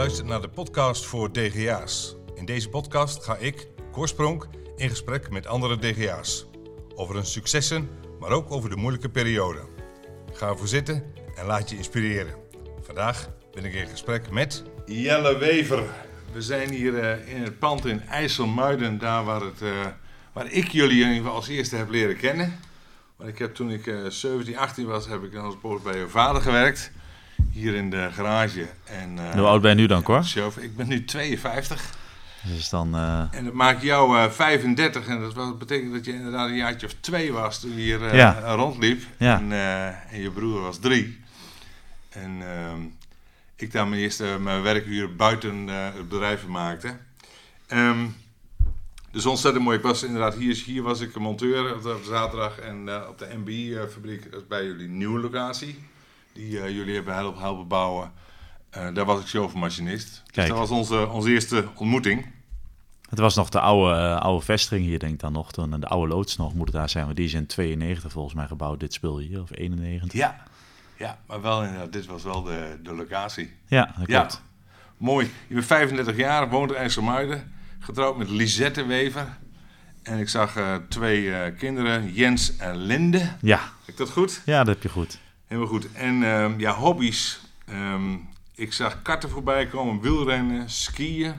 luistert naar de podcast voor DGA's. In deze podcast ga ik, Cor Spronk, in gesprek met andere DGA's. Over hun successen, maar ook over de moeilijke periode. Ga ervoor zitten en laat je inspireren. Vandaag ben ik in gesprek met Jelle Wever. We zijn hier in het pand in IJsselmuiden, daar waar ik jullie in ieder geval als eerste heb leren kennen. Want ik heb toen ik 17, 18 was, heb ik als poos bij je vader gewerkt. Hier in de garage. En, hoe oud ben je nu dan, Cor? Ik ben nu 52. Dus dan, En dat maakt jou 35. En dat betekent dat je inderdaad een jaartje of 2 was toen je hier rondliep. Ja. En je broer was 3. En ik daar mijn werkuur buiten het bedrijf maakte. Dus ontzettend mooi. Ik was inderdaad hier was ik een monteur op zaterdag. En op de MBI-fabriek, dat is bij jullie nieuwe locatie. Die jullie hebben helpen bouwen. Daar was ik chauffeurmachinist. Dus dat was onze eerste ontmoeting. Het was nog de oude vestiging hier, denk ik dan nog. Toen de oude loods nog moet het daar zijn. Maar die is in 92 volgens mij gebouwd, dit spul hier. Of 91. Ja, maar wel inderdaad, dit was wel de locatie. Ja, dat klopt. Ja, mooi. Je bent 35 jaar, woont in IJsselmuiden. Getrouwd met Lisette Wever. En ik zag 2 kinderen, Jens en Linde. Ja. Heb ik dat goed? Ja, dat heb je goed. Helemaal goed. En hobby's. Ik zag karten voorbij komen, wielrennen, skiën.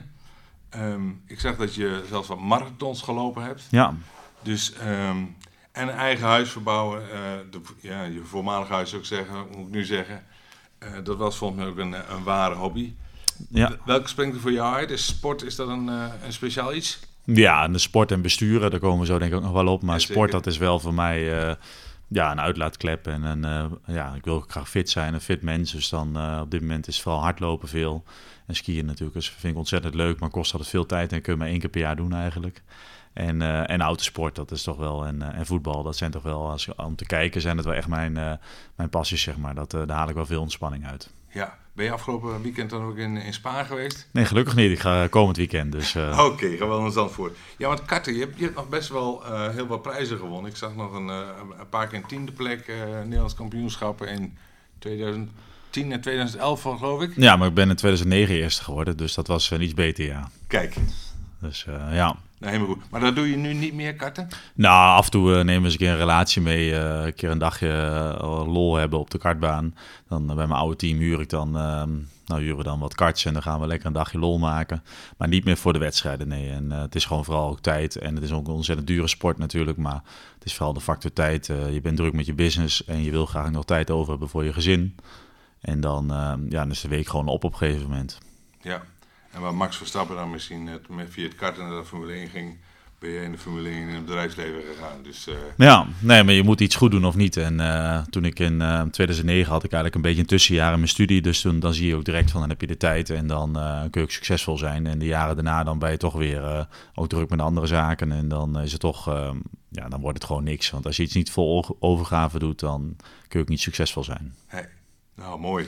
Ik zag dat je zelfs wat marathons gelopen hebt. Ja. Dus, en een eigen huis verbouwen. Je voormalig huis zou ik zeggen, moet ik nu zeggen. Dat was volgens mij ook een ware hobby. Ja. Welke springt er voor jou uit? Is sport, is dat een speciaal iets? Ja, en de sport en besturen, daar komen we zo denk ik ook nog wel op. Maar Ja, sport, dat is wel voor mij een uitlaatklep. En ik wil graag fit zijn, een fit mens. Dus dan op dit moment is vooral hardlopen veel. En skiën natuurlijk, dus vind ik ontzettend leuk. Maar kost altijd veel tijd en kun je maar 1 keer per jaar doen eigenlijk. En autosport, dat is toch wel. En voetbal, dat zijn toch wel, om te kijken, zijn het wel echt mijn passies, zeg maar. Daar haal ik wel veel ontspanning uit. Ja. Ben je afgelopen weekend dan ook in Spa geweest? Nee, gelukkig niet. Ik ga komend weekend. Dus, Oké, ga wel naar Zandvoort. Ja, want karten, je hebt nog best wel heel wat prijzen gewonnen. Ik zag nog een paar keer een 10e plek Nederlands kampioenschappen in 2010 en 2011, geloof ik. Ja, maar ik ben in 2009 eerste geworden, dus dat was iets beter, ja. Kijk. Dus ja. Nou, helemaal goed. Maar dat doe je nu niet meer, karten? Nou, af en toe nemen we eens een keer een relatie mee. Een keer een dagje lol hebben op de kartbaan. Dan bij mijn oude team huren we dan wat karts en dan gaan we lekker een dagje lol maken. Maar niet meer voor de wedstrijden, nee. En het is gewoon vooral ook tijd. En het is ook een ontzettend dure sport natuurlijk. Maar het is vooral de factor tijd. Je bent druk met je business en je wil graag nog tijd over hebben voor je gezin. En dan is de week gewoon op een gegeven moment. Ja. En waar Max Verstappen dan misschien via het karten naar de Formule 1 ging, ben je in de Formule 1 in het bedrijfsleven gegaan. Dus, Ja, nee, maar je moet iets goed doen of niet. En toen ik in 2009 had ik eigenlijk een beetje een tussenjaar in mijn studie. Dus dan zie je ook direct van, dan heb je de tijd en dan kun je ook succesvol zijn. En de jaren daarna dan ben je toch weer ook druk met andere zaken. En dan is het toch, dan wordt het gewoon niks. Want als je iets niet vol overgave doet, dan kun je ook niet succesvol zijn. Hey, nou, mooi.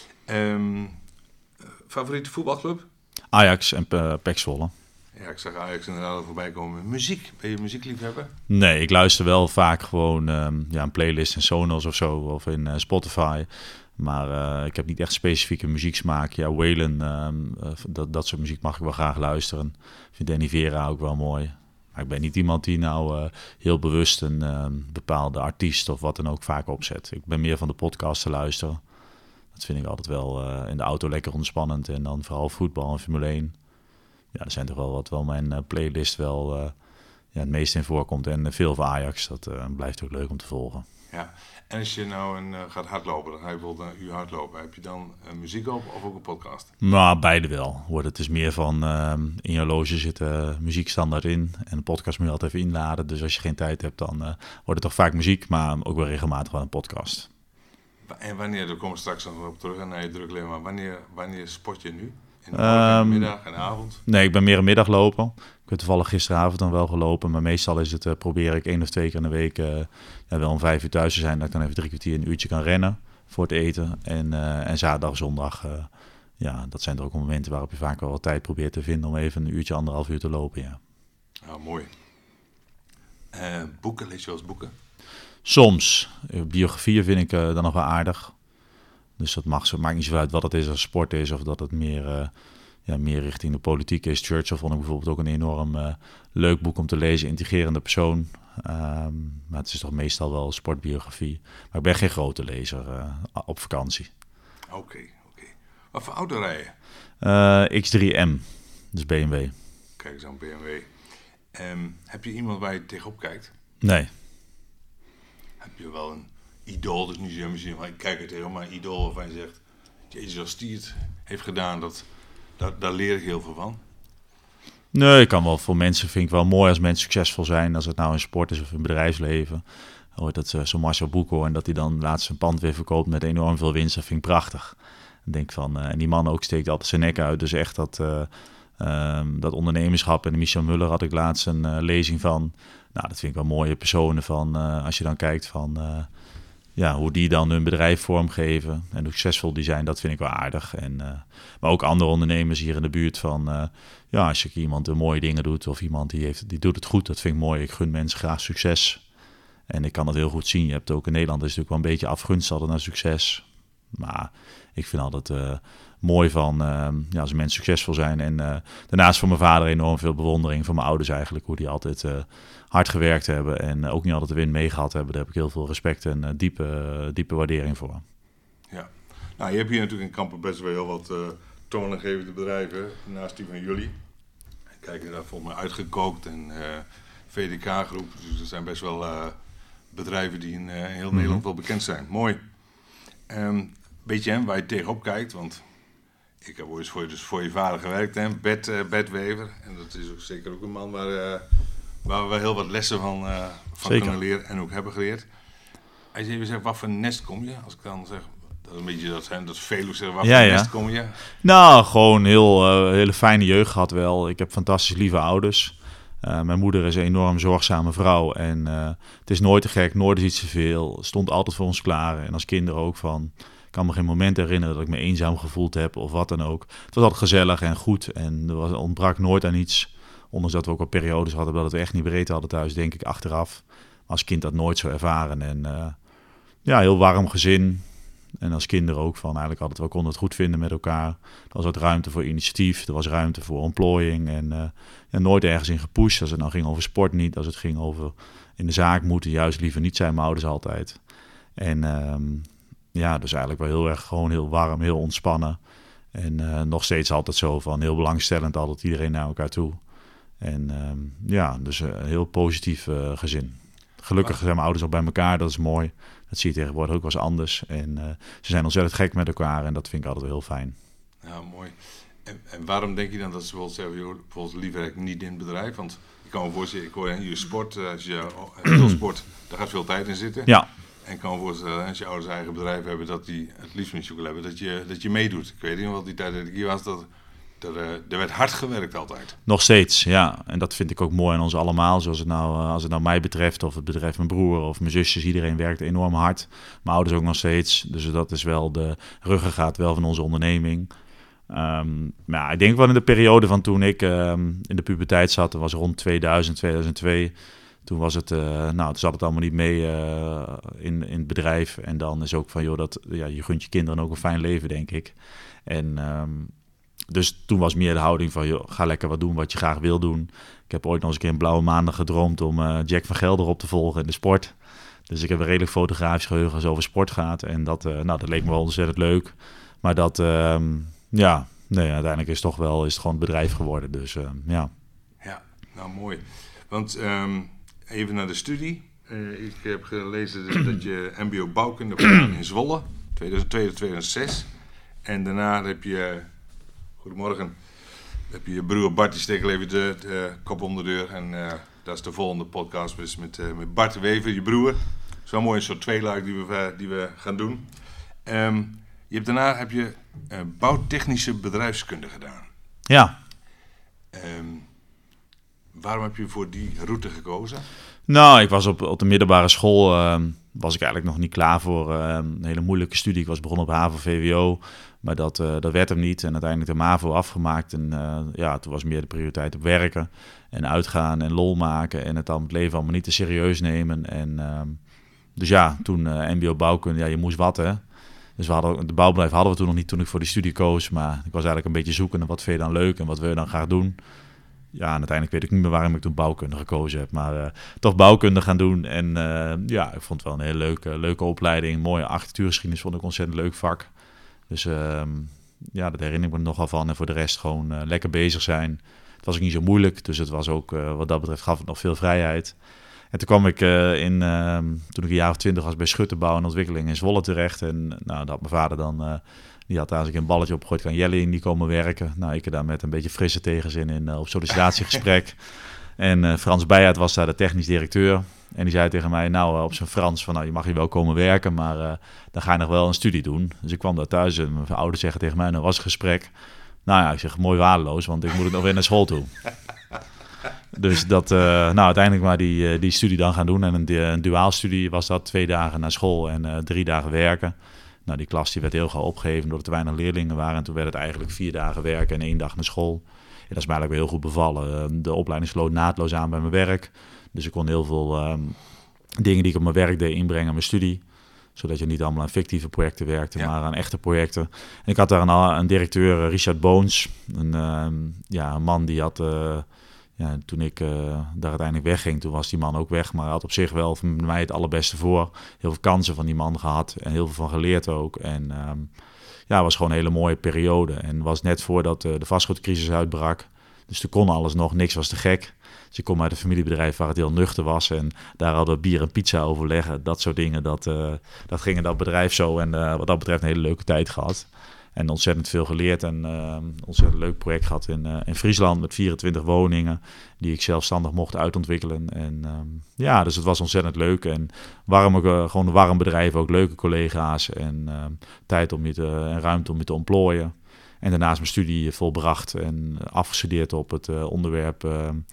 Favoriete voetbalclub? Ajax en PEC Zwolle. Ja, ik zag Ajax inderdaad voorbij komen. Muziek, ben je muziekliefhebber? Nee, ik luister wel vaak gewoon een playlist in Sonos of zo, of in Spotify. Maar ik heb niet echt specifieke muzieksmaak. Ja, Waylon, dat soort muziek mag ik wel graag luisteren. Ik vind Danny Vera ook wel mooi. Maar ik ben niet iemand die nou heel bewust een bepaalde artiest of wat dan ook vaak opzet. Ik ben meer van de podcast te luisteren. Dat vind ik altijd wel in de auto lekker ontspannend. En dan vooral voetbal en Formule 1. Ja, er zijn toch wel wat mijn playlist wel het meest in voorkomt. En veel van Ajax, dat blijft ook leuk om te volgen. Ja, en als je nou gaat hardlopen, dan ga je bijvoorbeeld een uur hardlopen. Heb je dan muziek op of ook een podcast? Nou, beide wel. Het is meer van in je horloge zit muziek standaard in. En een podcast moet je altijd even inladen. Dus als je geen tijd hebt, dan wordt het toch vaak muziek. Maar ook wel regelmatig wel een podcast. En wanneer, daar komen we straks nog op terug naar je drukleven, maar wanneer sport je nu? In de morgen, middag en avond? Nee, ik ben meer een middagloper. Ik heb toevallig gisteravond dan wel gelopen, maar meestal is het, probeer ik 1 of 2 keer in de week wel om 5 uur thuis te zijn. Dat ik dan even 3 kwartier een uurtje kan rennen voor het eten. En zaterdag, zondag, dat zijn er ook momenten waarop je vaak wel wat tijd probeert te vinden om even een uurtje, 1,5 uur te lopen, ja. Nou, mooi. Boeken, lees je wel eens boeken? Soms. Biografieën vind ik dan nog wel aardig. Dus dat maakt niet zo uit wat het is, als sport is of dat het meer richting de politiek is. Churchill vond ik bijvoorbeeld ook een enorm leuk boek om te lezen, integrerende persoon. Maar het is toch meestal wel sportbiografie. Maar ik ben geen grote lezer op vakantie. Oké. Wat voor auto rij je? X3M, dus BMW. Kijk, zo'n BMW. Heb je iemand waar je tegenop kijkt? Nee. Heb je wel een idool, dus niet zo misschien, maar ik kijk er tegen, maar een idool waarvan je zegt, jezus, als die het heeft gedaan, daar leer ik heel veel van. Nee, ik kan wel, voor mensen vind ik wel mooi als mensen succesvol zijn, als het nou in sport is of in bedrijfsleven. Hoort dat zo'n Marcel Boekel en dat hij dan laatst zijn pand weer verkoopt met enorm veel winst, dat vind ik prachtig. Ik denk van, en die man ook steekt altijd zijn nek uit, dus echt dat ondernemerschap. En Michel Muller had ik laatst een lezing van. Nou, dat vind ik wel mooie personen van, als je dan kijkt van hoe die dan hun bedrijf vormgeven en hoe succesvol die zijn, dat vind ik wel aardig. Maar ook andere ondernemers hier in de buurt van, als je iemand mooie dingen doet of iemand die doet het goed, dat vind ik mooi. Ik gun mensen graag succes. En ik kan dat heel goed zien. Je hebt ook in Nederland is natuurlijk wel een beetje afgunst altijd naar succes. Maar ik vind altijd mooi van als mensen succesvol zijn. En daarnaast voor mijn vader enorm veel bewondering. Voor mijn ouders eigenlijk. Hoe die altijd hard gewerkt hebben. En ook niet altijd de wind meegehad hebben. Daar heb ik heel veel respect en diepe waardering voor. Ja. Nou, je hebt hier natuurlijk in Kampen best wel heel wat toonaangevende bedrijven. Naast die van jullie. Kijk, daar volgens mij Uitgekookt en VDK-groep. Dus er zijn best wel bedrijven die in heel Nederland wel bekend zijn. Mooi. Beetje waar je tegenop kijkt, want ik heb ooit voor je vader gewerkt, hè? Bert Wever. En dat is ook zeker ook een man waar we heel wat lessen van kunnen leren en ook hebben geleerd. Als je even zegt, wat voor nest kom je? Als ik dan zeg, dat is een beetje dat Veluwe zegt, wat voor nest kom je? Nou, gewoon hele fijne jeugd gehad wel. Ik heb fantastisch lieve ouders. Mijn moeder is een enorm zorgzame vrouw en het is nooit te gek, nooit is iets te veel. Stond altijd voor ons klaar en als kinderen ook van. Ik kan me geen moment herinneren dat ik me eenzaam gevoeld heb of wat dan ook. Het was altijd gezellig en goed en er ontbrak nooit aan iets. Ondanks dat we ook al periodes hadden dat we het echt niet breed hadden thuis, denk ik achteraf. Maar als kind dat nooit zo ervaren en heel warm gezin. En als kinderen ook van eigenlijk altijd, we konden het goed vinden met elkaar. Er was wat ruimte voor initiatief, er was ruimte voor ontplooiing en nooit ergens in gepusht. Als het nou ging over sport niet, als het ging over in de zaak moeten, juist liever niet zijn mijn ouders altijd. En dus eigenlijk wel heel erg gewoon heel warm, heel ontspannen. En nog steeds altijd zo van heel belangstellend, altijd iedereen naar elkaar toe. En dus een heel positief gezin. Gelukkig zijn mijn ouders ook bij elkaar, dat is mooi. Dat zie je tegenwoordig ook wel eens anders. En ze zijn ontzettend gek met elkaar en dat vind ik altijd wel heel fijn. Ja, mooi. En waarom denk je dan dat ze bijvoorbeeld zeggen, bijvoorbeeld liever niet in het bedrijf? Want ik kan me voorstellen, ik hoor je sport, als je veel sport, daar gaat veel tijd in zitten. Ja. En ik kan me voorstellen, als je ouders eigen bedrijf hebben, dat die het liefst niet zo willen hebben, dat je meedoet. Ik weet niet wat die tijd dat ik hier was, er werd hard gewerkt altijd. Nog steeds, ja. En dat vind ik ook mooi aan ons allemaal. Zoals als het nou mij betreft, of het betreft mijn broer of mijn zusjes. Iedereen werkt enorm hard. Mijn ouders ook nog steeds. Dus dat is wel de ruggengraat wel van onze onderneming. Maar ik denk wel in de periode van toen ik in de puberteit zat. Dat was rond 2000, 2002. Toen was het, toen zat het allemaal niet mee in het bedrijf. En dan is ook van, je gunt je kinderen ook een fijn leven, denk ik. En dus toen was meer de houding van, ga lekker wat doen wat je graag wil doen. Ik heb ooit nog eens een keer een blauwe maandag gedroomd om Jack van Gelder op te volgen in de sport. Dus ik heb een redelijk fotografisch geheugen als het over sport gaat. En dat leek me wel ontzettend leuk. Maar uiteindelijk is het gewoon het bedrijf geworden. Dus ja. Ja, nou mooi. Want even naar de studie. Ik heb gelezen dat je mbo bouwkunde hebt gedaan in Zwolle, 2002-2006. En daarna heb je, goedemorgen, heb je broer Bart, die steekt even de kop onder de deur. En dat is de volgende podcast dus met Bart Wever, je broer. Zo mooi een soort tweeluik die we gaan doen. Daarna heb je bouwtechnische bedrijfskunde gedaan. Ja. Waarom heb je voor die route gekozen? Nou, ik was op de middelbare school, was ik eigenlijk nog niet klaar voor een hele moeilijke studie. Ik was begonnen op HAVO-VWO, maar dat werd hem niet. En uiteindelijk de MAVO afgemaakt. En toen was meer de prioriteit op werken en uitgaan en lol maken. En het leven allemaal niet te serieus nemen. En toen mbo bouwkunde, je moest wat hè. Dus de bouwbedrijf hadden we toen nog niet toen ik voor die studie koos. Maar ik was eigenlijk een beetje zoekende, wat vind je dan leuk en wat wil je dan graag doen? Ja, en uiteindelijk weet ik niet meer waarom ik toen bouwkunde gekozen heb. Maar toch bouwkunde gaan doen. En ik vond het wel een hele leuke opleiding. Mooie architectuurgeschiedenis vond ik een ontzettend leuk vak. Dus dat herinner ik me nogal van. En voor de rest gewoon lekker bezig zijn. Het was ook niet zo moeilijk. Dus het was ook, wat dat betreft, gaf het nog veel vrijheid. En toen kwam ik toen ik een jaar of 20 was bij Schutterbouw en Ontwikkeling in Zwolle terecht. En dat had mijn vader dan... Die had daar als ik een balletje opgegooid, kan Jelly in die komen werken. Nou, ik er daar met een beetje frisse tegenzin in op sollicitatiegesprek. En Frans Beijert was daar de technisch directeur. En die zei tegen mij, op zijn Frans, van je mag hier wel komen werken, maar dan ga je nog wel een studie doen. Dus ik kwam daar thuis en mijn ouders zeggen tegen mij, was een gesprek. Ik zeg, mooi waardeloos, want ik moet het nog weer naar school toe. Dus dat, uiteindelijk maar die studie dan gaan doen. En een duaalstudie was dat, 2 dagen naar school en 3 dagen werken. Die klas die werd heel gauw opgegeven doordat er te weinig leerlingen waren. En toen werd het eigenlijk 4 dagen werken en 1 dag naar school. Ja, dat is me eigenlijk wel heel goed bevallen. De opleiding sloot naadloos aan bij mijn werk. Dus ik kon heel veel dingen die ik op mijn werk deed inbrengen in mijn studie. Zodat je niet allemaal aan fictieve projecten werkte, maar aan echte projecten. En ik had daar een directeur, Richard Boons. Een man die had... toen ik daar uiteindelijk wegging, toen was die man ook weg. Maar hij had op zich wel voor mij het allerbeste voor. Heel veel kansen van die man gehad en heel veel van geleerd ook. En het was gewoon een hele mooie periode. En het was net voordat de vastgoedcrisis uitbrak. Dus toen kon alles nog, niks was te gek. Dus ik kom uit een familiebedrijf waar het heel nuchter was. En daar hadden we bier en pizza overleggen, dat soort dingen. Dat ging in dat bedrijf zo. En wat dat betreft een hele leuke tijd gehad. En ontzettend veel geleerd en ontzettend leuk project gehad in Friesland met 24 woningen die ik zelfstandig mocht uitontwikkelen. En dus het was ontzettend leuk en gewoon een warm bedrijf, ook leuke collega's en tijd en ruimte om je te ontplooien. En daarnaast mijn studie volbracht en afgestudeerd op het onderwerp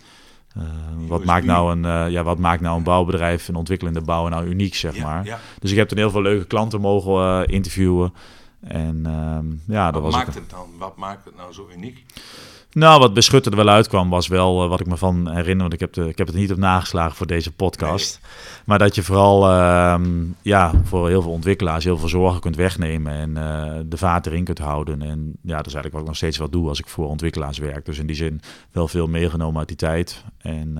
wat maakt nou een bouwbedrijf, een ontwikkelende bouw nou uniek, zeg maar. Ja. Dus ik heb toen heel veel leuke klanten mogen interviewen. En wat maakt het nou zo uniek? Wat bij Schutter er wel uitkwam was wel wat ik me van herinner. Want ik heb het niet op nageslagen voor deze podcast. Nee. Maar dat je vooral voor heel veel ontwikkelaars heel veel zorgen kunt wegnemen. En de vaart erin kunt houden. En dat is eigenlijk wat ik nog steeds wel doe als ik voor ontwikkelaars werk. Dus in die zin wel veel meegenomen uit die tijd. En...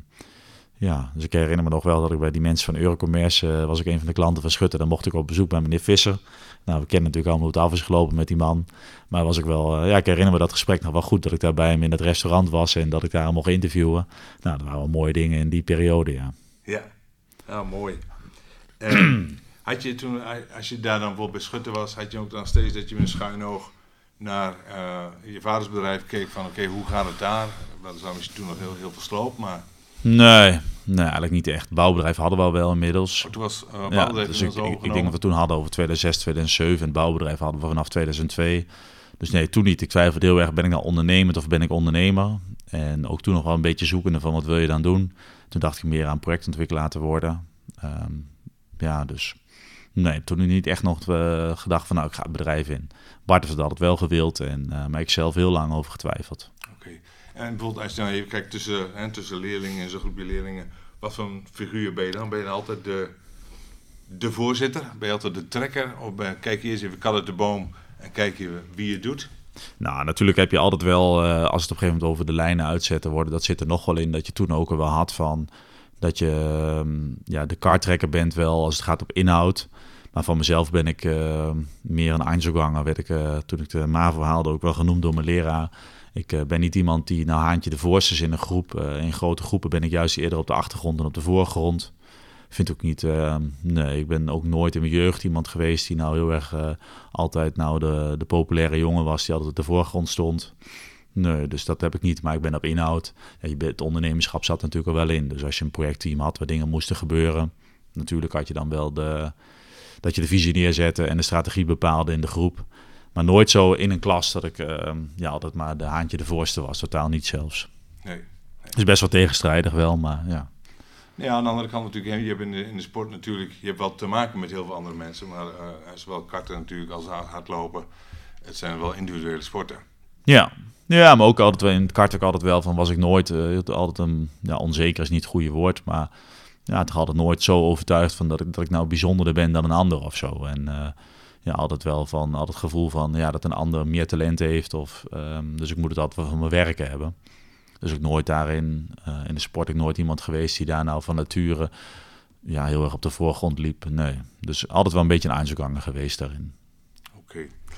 dus ik herinner me nog wel dat ik bij die mensen van Eurocommerce was ik een van de klanten van Schutter. Dan mocht ik op bezoek bij meneer Visser. We kennen natuurlijk allemaal hoe het af is gelopen met die man. Maar was ik wel, ik herinner me dat gesprek nog wel goed. Dat ik daar bij hem in het restaurant was en dat ik daar mocht interviewen. Dat waren wel mooie dingen in die periode, ja. Ja, mooi. Had je toen, als je daar dan bijvoorbeeld bij Schutter was, had je ook dan steeds dat je met een schuin oog naar je vaders bedrijf keek van oké, hoe gaat het daar? Dat was misschien toen nog heel veel sloop, maar... Nee, eigenlijk niet echt. Bouwbedrijf hadden we wel inmiddels. Toen was bouwbedrijf dus ik denk dat we toen hadden over 2006, 2007. En het bouwbedrijf hadden we vanaf 2002. Dus nee, toen niet. Ik twijfelde heel erg, ben ik nou ondernemend of ben ik ondernemer? En ook toen nog wel een beetje zoekende van wat wil je dan doen? Toen dacht ik meer aan projectontwikkelaar te worden. Dus nee, toen niet echt nog gedacht van ik ga het bedrijf in. Bart heeft het altijd wel gewild, maar ik zelf heel lang over getwijfeld. Oké. En bijvoorbeeld als je dan even kijkt tussen leerlingen en zo'n groepje leerlingen, wat voor een figuur ben je dan? Ben je dan altijd de voorzitter? Ben je altijd de trekker? Of kijk je eerst even kat uit de boom en kijk je wie het doet? Natuurlijk heb je altijd wel, als het op een gegeven moment over de lijnen uitzetten worden, dat zit er nog wel in, dat je toen ook wel had van, dat je de kartrekker bent wel als het gaat op inhoud. Maar van mezelf ben ik meer een Einzelganger, werd ik toen ik de MAVO haalde ook wel genoemd door mijn leraar. Ik ben niet iemand die haantje de voorste is in een groep. In grote groepen ben ik juist eerder op de achtergrond dan op de voorgrond. Vind ook niet... ik ben ook nooit in mijn jeugd iemand geweest die heel erg altijd de populaire jongen was die altijd op de voorgrond stond. Nee, dus dat heb ik niet, maar ik ben op inhoud. Het ondernemerschap zat natuurlijk er wel in. Dus als je een projectteam had waar dingen moesten gebeuren, natuurlijk had je dan wel dat je de visie neerzette en de strategie bepaalde in de groep. Maar nooit zo in een klas dat ik altijd maar de haantje de voorste was. Totaal niet zelfs. Nee. Het is best wel tegenstrijdig wel, maar ja. Ja, aan de andere kant natuurlijk, je hebt in de sport natuurlijk, je hebt wel te maken met heel veel andere mensen. Maar zowel karten natuurlijk als hardlopen, het zijn wel individuele sporten. Ja, maar ook altijd in het kart ook altijd wel van was ik nooit, altijd onzeker is niet het goede woord. Maar toch altijd nooit zo overtuigd van dat ik nou bijzonderder ben dan een ander of zo. En ja, altijd wel altijd het gevoel van ja, dat een ander meer talent heeft. Dus ik moet het altijd wel van mijn werken hebben. Dus ik nooit daarin, in de sport, ik nooit iemand geweest die daar nou van nature ja, heel erg op de voorgrond liep. Nee, dus altijd wel een beetje een Einzelganger geweest daarin. Oké.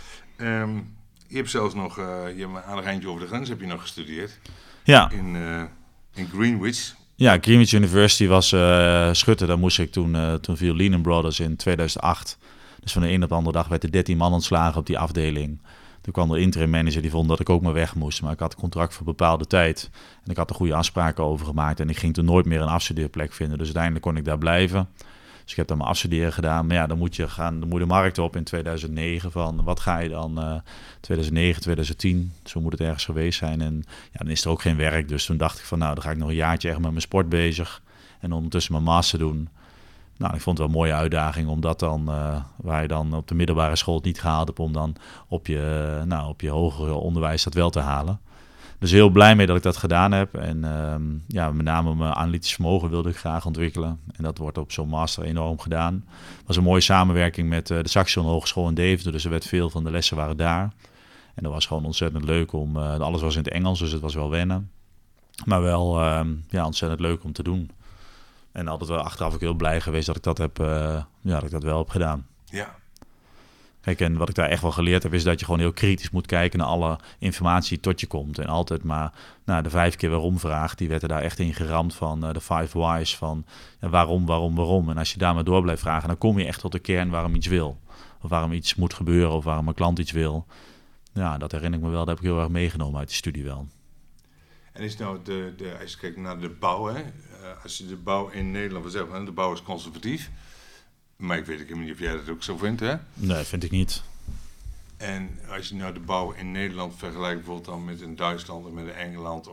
Je hebt zelfs nog, je hebt een aardig eindje over de grens heb je nog gestudeerd. Ja. In Greenwich. Ja, Greenwich University was schutter. Daar moest ik toen viel Lehman Brothers in 2008. Dus van de een op de andere dag werd er 13 man ontslagen op die afdeling. Toen kwam de interim manager, die vond dat ik ook maar weg moest. Maar ik had een contract voor bepaalde tijd. En ik had er goede afspraken over gemaakt. En ik ging toen nooit meer een afstudeerplek vinden. Dus uiteindelijk kon ik daar blijven. Dus ik heb dan mijn afstuderen gedaan. Maar ja, dan moet je de markt op in 2009. Van wat ga je dan 2009, 2010. Zo moet het ergens geweest zijn. En ja, dan is er ook geen werk. Dus toen dacht ik van nou, dan ga ik nog een jaartje echt met mijn sport bezig. En ondertussen mijn master doen. Nou, ik vond het wel een mooie uitdaging om dat dan, waar je dan op de middelbare school het niet gehaald hebt, om dan op je hogere onderwijs dat wel te halen. Dus heel blij mee dat ik dat gedaan heb. En ja, met name mijn analytisch vermogen wilde ik graag ontwikkelen. En dat wordt op zo'n master enorm gedaan. Het was een mooie samenwerking met de Saxion Hogeschool in Deventer. Dus er werd veel van de lessen waren daar. En dat was gewoon ontzettend leuk om, alles was in het Engels, dus het was wel wennen. Maar wel ja, ontzettend leuk om te doen. En altijd wel achteraf ook heel blij geweest dat ik dat dat ik dat wel heb gedaan. Ja. Kijk, en wat ik daar echt wel geleerd heb, is dat je gewoon heel kritisch moet kijken naar alle informatie die tot je komt. En altijd maar de 5 keer waarom vraag, die werd er daar echt in geramd van de 5 whys van ja, waarom. En als je daar maar door blijft vragen, dan kom je echt tot de kern waarom iets wil. Of waarom iets moet gebeuren, of waarom een klant iets wil. Ja, dat herinner ik me wel, dat heb ik heel erg meegenomen uit de studie wel. En is nou als je kijkt naar de bouw, hè? Als je de bouw in Nederland wil zeggen, de bouw is conservatief. Maar ik weet helemaal niet of jij dat ook zo vindt, hè? Nee, vind ik niet. En als je nou de bouw in Nederland vergelijkt bijvoorbeeld dan met in Duitsland of met in Engeland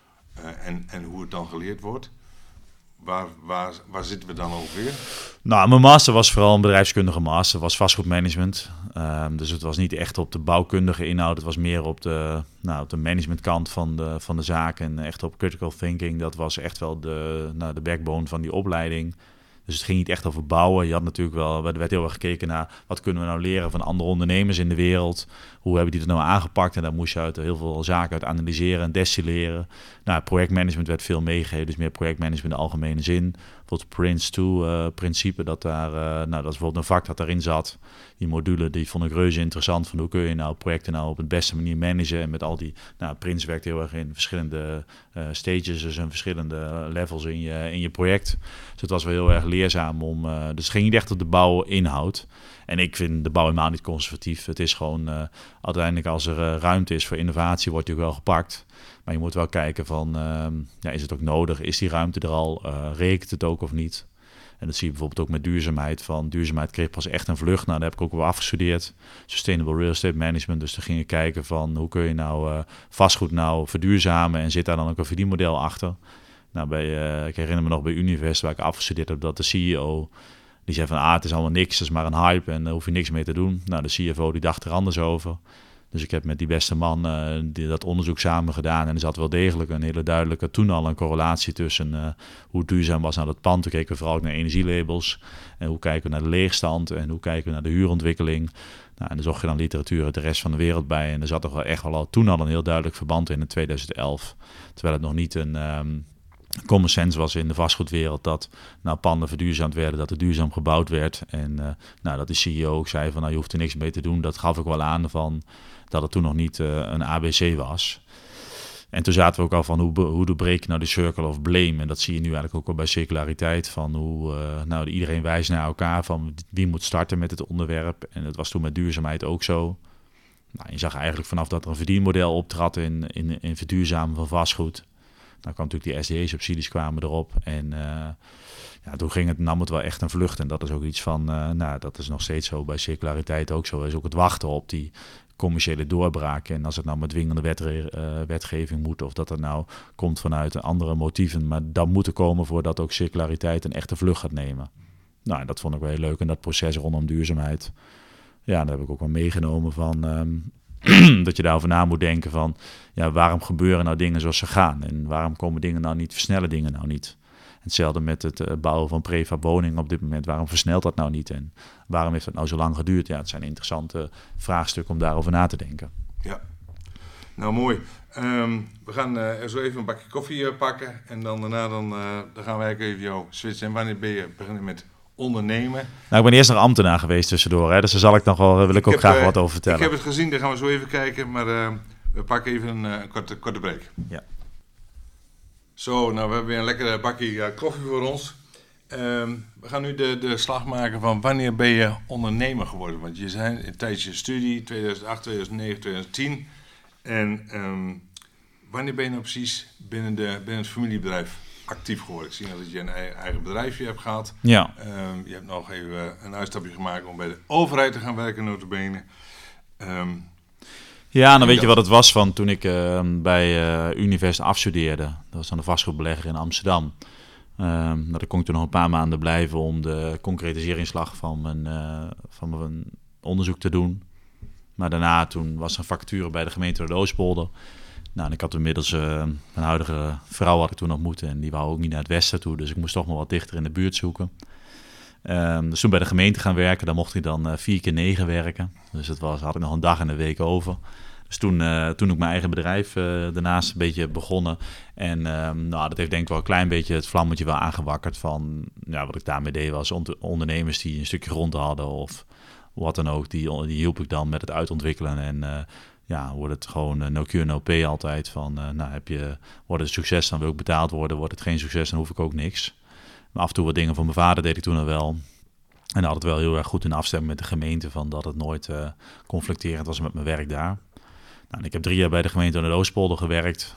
en hoe het dan geleerd wordt, waar zitten we dan ongeveer? Nou, mijn master was vooral een bedrijfskundige master, was vastgoedmanagement. Dus het was niet echt op de bouwkundige inhoud, het was meer op de managementkant van de zaak en echt op critical thinking. Dat was echt wel de backbone van die opleiding. Dus het ging niet echt over bouwen. Je had natuurlijk wel, er werd heel erg gekeken naar wat kunnen we nou leren van andere ondernemers in de wereld. Hoe hebben die het nou aangepakt? En daar moest je uit heel veel zaken uit analyseren en destilleren. Nou, projectmanagement werd veel meegegeven, dus meer projectmanagement in de algemene zin. Bijvoorbeeld Prince2-principe, dat is bijvoorbeeld een vak dat daarin zat. Die module, die vond ik reuze interessant. Van hoe kun je nou projecten nou op de beste manier managen. En met al die, Prince werkt heel erg in verschillende stages, dus in verschillende levels in je project. Dus het was wel heel erg leerzaam om. Dus het ging niet echt op de bouwinhoud. En ik vind de bouw helemaal niet conservatief. Het is gewoon uiteindelijk als er ruimte is voor innovatie, wordt die ook wel gepakt. Maar je moet wel kijken van, is het ook nodig? Is die ruimte er al? Rekent het ook of niet? En dat zie je bijvoorbeeld ook met duurzaamheid. Van duurzaamheid kreeg pas echt een vlucht. Nou, daar heb ik ook wel afgestudeerd. Sustainable Real Estate Management. Dus dan ging ik kijken van hoe kun je nou vastgoed nou verduurzamen. En zit daar dan ook een verdienmodel achter? Nou, ik herinner me nog bij Univest, waar ik afgestudeerd heb, dat de CEO, die zei van het is allemaal niks, het is maar een hype en daar hoef je niks mee te doen. Nou, de CFO die dacht er anders over. Dus ik heb met die beste man dat onderzoek samen gedaan. En er zat wel degelijk een hele duidelijke, toen al een correlatie tussen hoe duurzaam was nou dat pand. Toen keken we vooral ook naar energielabels. En hoe kijken we naar de leegstand en hoe kijken we naar de huurontwikkeling. Nou, en dan zocht je dan literatuur uit de rest van de wereld bij. En er zat toch wel echt wel toen al een heel duidelijk verband in 2011. Terwijl het nog niet een common sense was in de vastgoedwereld dat panden verduurzaamd werden, dat er duurzaam gebouwd werd. En dat de CEO ook zei van je hoeft er niks mee te doen. Dat gaf ik wel aan van dat het toen nog niet een ABC was. En toen zaten we ook al van hoe doorbreek je nou de circle of blame. En dat zie je nu eigenlijk ook al bij circulariteit. Van hoe iedereen wijst naar elkaar van wie moet starten met het onderwerp. En dat was toen met duurzaamheid ook zo. Nou, je zag eigenlijk vanaf dat er een verdienmodel optrad in verduurzamen van vastgoed. Dan kwam natuurlijk die SDE-subsidies kwamen erop. En toen nam het wel echt een vlucht. En dat is ook iets van, dat is nog steeds zo bij circulariteit ook zo. Is ook het wachten op die commerciële doorbraak. En als het nou met dwingende wetgeving moet, of dat het nou komt vanuit andere motieven. Maar dat moet er komen voordat ook circulariteit een echte vlucht gaat nemen. Nou, dat vond ik wel heel leuk. En dat proces rondom duurzaamheid, daar heb ik ook wel meegenomen van dat je daarover na moet denken van waarom gebeuren nou dingen zoals ze gaan? En waarom komen dingen nou niet, versnellen dingen nou niet? En Hetzelfde met het bouwen van prefab woningen op dit moment. Waarom versnelt dat nou niet? En waarom heeft dat nou zo lang geduurd? Ja, het zijn interessante vraagstukken om daarover na te denken. Ja, nou mooi. We gaan zo even een bakje koffie pakken. En dan daarna dan gaan wij even jou switchen. En wanneer ben je beginnen met ondernemen? Nou, ik ben eerst nog ambtenaar geweest tussendoor. Hè? Dus daar wil ik ook graag wat over vertellen. Ik heb het gezien, daar gaan we zo even kijken. Maar we pakken even een korte break. Ja. Zo, nou we hebben weer een lekkere bakje koffie voor ons. We gaan nu de slag maken van wanneer ben je ondernemer geworden. Want je zijn tijdens je studie, 2008, 2009, 2010. En wanneer ben je nou precies binnen het familiebedrijf actief geworden? Ik zie dat je een eigen bedrijfje hebt gehad. Ja. Je hebt nog even een uitstapje gemaakt om bij de overheid te gaan werken, nota bene. Ja, dan weet je wat het was van toen ik bij Univest afstudeerde. Dat was dan een vastgoedbelegger in Amsterdam. Daar kon ik toen nog een paar maanden blijven om de concretiseringsslag van mijn onderzoek te doen. Maar daarna toen was er een vacature bij de gemeente de Oostpolder. Nou, en ik had inmiddels mijn huidige vrouw had ik toen ontmoet en die wou ook niet naar het westen toe. Dus ik moest toch maar wat dichter in de buurt zoeken. Dus toen bij de gemeente gaan werken, daar mocht ik dan 4 keer 9 werken. Dus had ik nog een dag en een week over. Dus toen ook mijn eigen bedrijf daarnaast een beetje begonnen. En dat heeft denk ik wel een klein beetje het vlammetje wel aangewakkerd van wat ik daarmee deed was ondernemers die een stukje grond hadden of wat dan ook. Die hielp ik dan met het uitontwikkelen en wordt het gewoon no cure no pay altijd van wordt het succes dan wil ik betaald worden, wordt het geen succes dan hoef ik ook niks. Maar af en toe wat dingen van mijn vader deed ik toen al wel. En had het wel heel erg goed in afstemming met de gemeente van dat het nooit conflicterend was met mijn werk daar. Nou, ik heb 3 jaar bij de gemeente de Oostpolder gewerkt.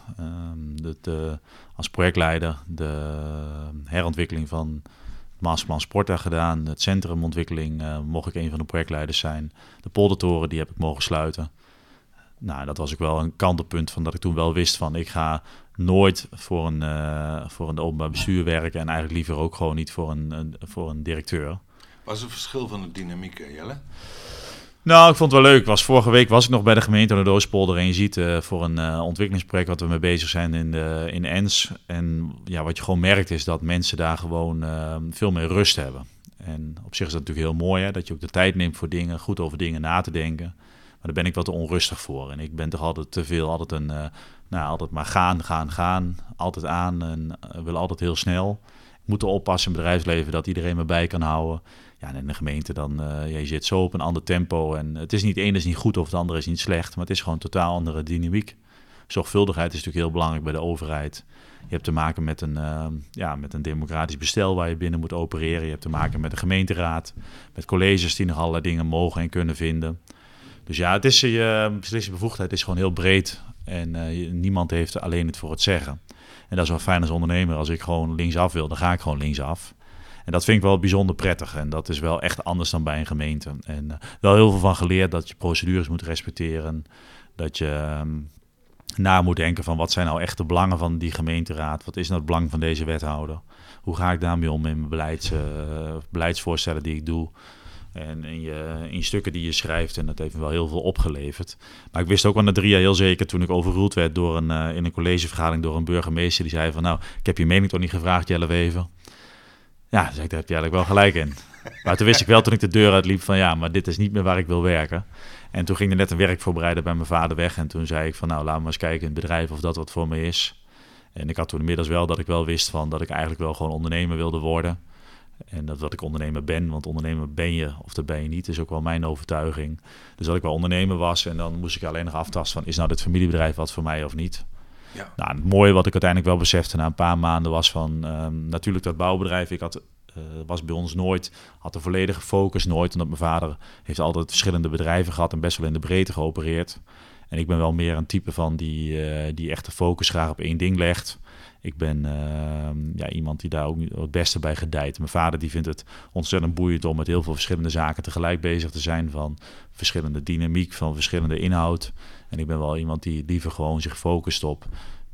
Als projectleider de herontwikkeling van het masterplan sport daar gedaan. Het centrumontwikkeling mocht ik een van de projectleiders zijn. De poldertoren die heb ik mogen sluiten. Nou, dat was ook wel een kantelpunt van dat ik toen wel wist van ik ga nooit voor een openbaar bestuur werken en eigenlijk liever ook gewoon niet voor een directeur. Wat is het verschil van de dynamiek, Jelle? Nou, ik vond het wel leuk. Vorige week was ik nog bij de gemeente de Oostpolder en je ziet voor een ontwikkelingsproject wat we mee bezig zijn in Ens. En wat je gewoon merkt is dat mensen daar gewoon veel meer rust hebben. En op zich is dat natuurlijk heel mooi, hè, dat je ook de tijd neemt voor dingen, goed over dingen na te denken. Maar daar ben ik wat te onrustig voor. En ik ben toch altijd te veel, altijd maar gaan, altijd aan en wil altijd heel snel. Ik moet oppassen in het bedrijfsleven dat iedereen me bij kan houden. Ja, en in de gemeente dan, je zit zo op een ander tempo. En het is niet het ene is niet goed of het andere is niet slecht. Maar het is gewoon een totaal andere dynamiek. Zorgvuldigheid is natuurlijk heel belangrijk bij de overheid. Je hebt te maken met een democratisch bestel waar je binnen moet opereren. Je hebt te maken met de gemeenteraad. Met colleges die nog allerlei dingen mogen en kunnen vinden. Dus ja, het is je beslissingsbevoegdheid is gewoon heel breed. En niemand heeft alleen het voor het zeggen. En dat is wel fijn als ondernemer. Als ik gewoon linksaf wil, dan ga ik gewoon linksaf. En dat vind ik wel bijzonder prettig. En dat is wel echt anders dan bij een gemeente. En wel heel veel van geleerd dat je procedures moet respecteren. Dat je na moet denken van wat zijn nou echt de belangen van die gemeenteraad? Wat is nou het belang van deze wethouder? Hoe ga ik daarmee om in mijn beleidsvoorstellen die ik doe? En in je stukken die je schrijft. En dat heeft me wel heel veel opgeleverd. Maar ik wist ook al na 3 jaar heel zeker toen ik overruled werd in een collegevergadering door een burgemeester. Die zei van ik heb je mening toch niet gevraagd, Jelle Wever? Ja, dus daar heb je eigenlijk wel gelijk in. Maar toen wist ik wel toen ik de deur uitliep van maar dit is niet meer waar ik wil werken. En toen ging er net een werkvoorbereider bij mijn vader weg. En toen zei ik van laat me maar eens kijken in het bedrijf of dat wat voor me is. En ik had toen inmiddels wel dat ik wel wist van dat ik eigenlijk wel gewoon ondernemer wilde worden. En dat ik ondernemer ben, want ondernemer ben je of dat ben je niet, is ook wel mijn overtuiging. Dus dat ik wel ondernemer was en dan moest ik alleen nog aftasten van is nou dit familiebedrijf wat voor mij of niet. Ja. Nou, het mooie wat ik uiteindelijk wel besefte na een paar maanden was van natuurlijk dat bouwbedrijf. Was bij ons had de volledige focus nooit, omdat mijn vader heeft altijd verschillende bedrijven gehad en best wel in de breedte geopereerd. En ik ben wel meer een type van die echt de focus graag op één ding legt. Ik ben iemand die daar ook het beste bij gedijt. Mijn vader die vindt het ontzettend boeiend om met heel veel verschillende zaken tegelijk bezig te zijn. Van verschillende dynamiek, van verschillende inhoud. En ik ben wel iemand die liever gewoon zich focust op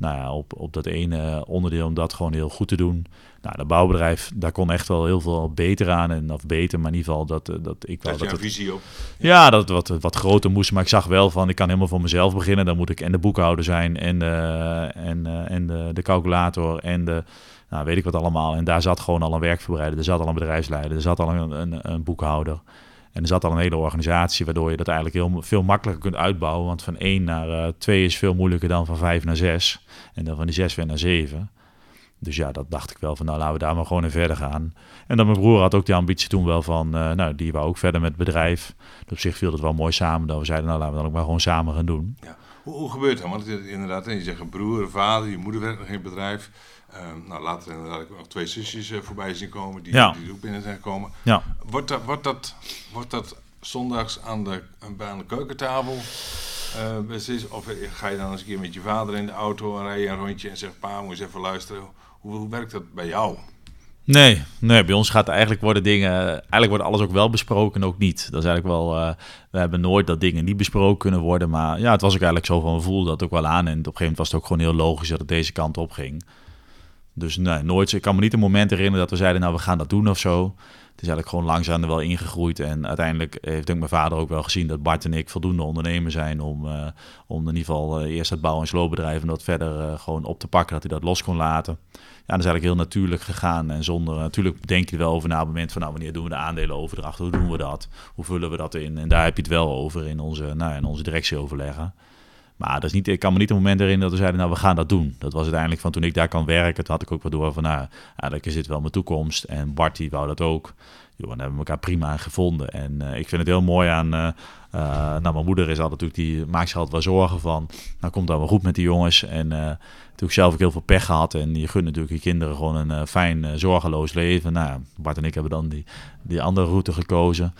dat ene onderdeel om dat gewoon heel goed te doen. Nou, dat bouwbedrijf, daar kon echt wel heel veel beter aan. Of beter, maar in ieder geval dat ik wel... Dat je een visie op? Ja, dat het wat groter moest. Maar ik zag wel van, ik kan helemaal voor mezelf beginnen. Dan moet ik en de boekhouder zijn en de calculator en de nou, weet ik wat allemaal. En daar zat gewoon al een werkvoorbereider, er zat al een bedrijfsleider, er zat al een boekhouder. En er zat al een hele organisatie, waardoor je dat eigenlijk heel veel makkelijker kunt uitbouwen. Want van 1 naar 2 is veel moeilijker dan van 5 naar 6. En dan van die 6 weer naar 7. Dus ja, dat dacht ik wel van, nou, laten we daar maar gewoon in verder gaan. En dan mijn broer had ook die ambitie toen wel van, nou, die wou ook verder met het bedrijf. Dus op zich viel het wel mooi samen. Dat we zeiden, nou, laten we dan ook maar gewoon samen gaan doen. Ja. Hoe gebeurt dat? Want inderdaad, je zegt een broer, vader, je moeder werkt nog in het bedrijf. Nou, later inderdaad ook nog 2 zusjes voorbij zien komen, die ook binnen zijn gekomen. Ja. Wordt dat zondags aan de keukentafel? Of ga je dan eens een keer met je vader in de auto en rij je een rondje en zegt, pa, moet eens even luisteren. Hoe werkt dat bij jou? Nee, bij ons gaat eigenlijk wordt alles ook wel besproken en ook niet. Dat is eigenlijk wel, we hebben nooit dat dingen niet besproken kunnen worden, maar ja, het was ook eigenlijk zo van, we voelden dat ook wel aan en op een gegeven moment was het ook gewoon heel logisch dat het deze kant op ging. Dus nee, nooit. Ik kan me niet een moment herinneren dat we zeiden, nou, we gaan dat doen of zo. Het is eigenlijk gewoon langzaam er wel ingegroeid. En uiteindelijk heeft denk mijn vader ook wel gezien dat Bart en ik voldoende ondernemer zijn om in ieder geval eerst het bouw- en sloopbedrijf en dat verder gewoon op te pakken, dat hij dat los kon laten. Ja, dat is eigenlijk heel natuurlijk gegaan. En natuurlijk denk je er wel over na op het moment van, nou, wanneer doen we de aandelenoverdracht? Hoe doen we dat? Hoe vullen we dat in? En daar heb je het wel over in onze directieoverleggen. Maar dat is niet, ik kan me niet een moment herinneren dat we zeiden, nou, we gaan dat doen. Dat was uiteindelijk van toen ik daar kan werken, toen had ik ook wel door van, nou, eigenlijk is dit wel mijn toekomst. En Bart, die wou dat ook. Dan hebben we elkaar prima gevonden. En ik vind het heel mooi aan, mijn moeder is altijd natuurlijk, die maakt zich altijd wel zorgen van, nou, komt dat wel goed met die jongens. En natuurlijk zelf ook heel veel pech gehad. En je gunt natuurlijk je kinderen gewoon een fijn, zorgeloos leven. Nou, Bart en ik hebben dan die andere route gekozen.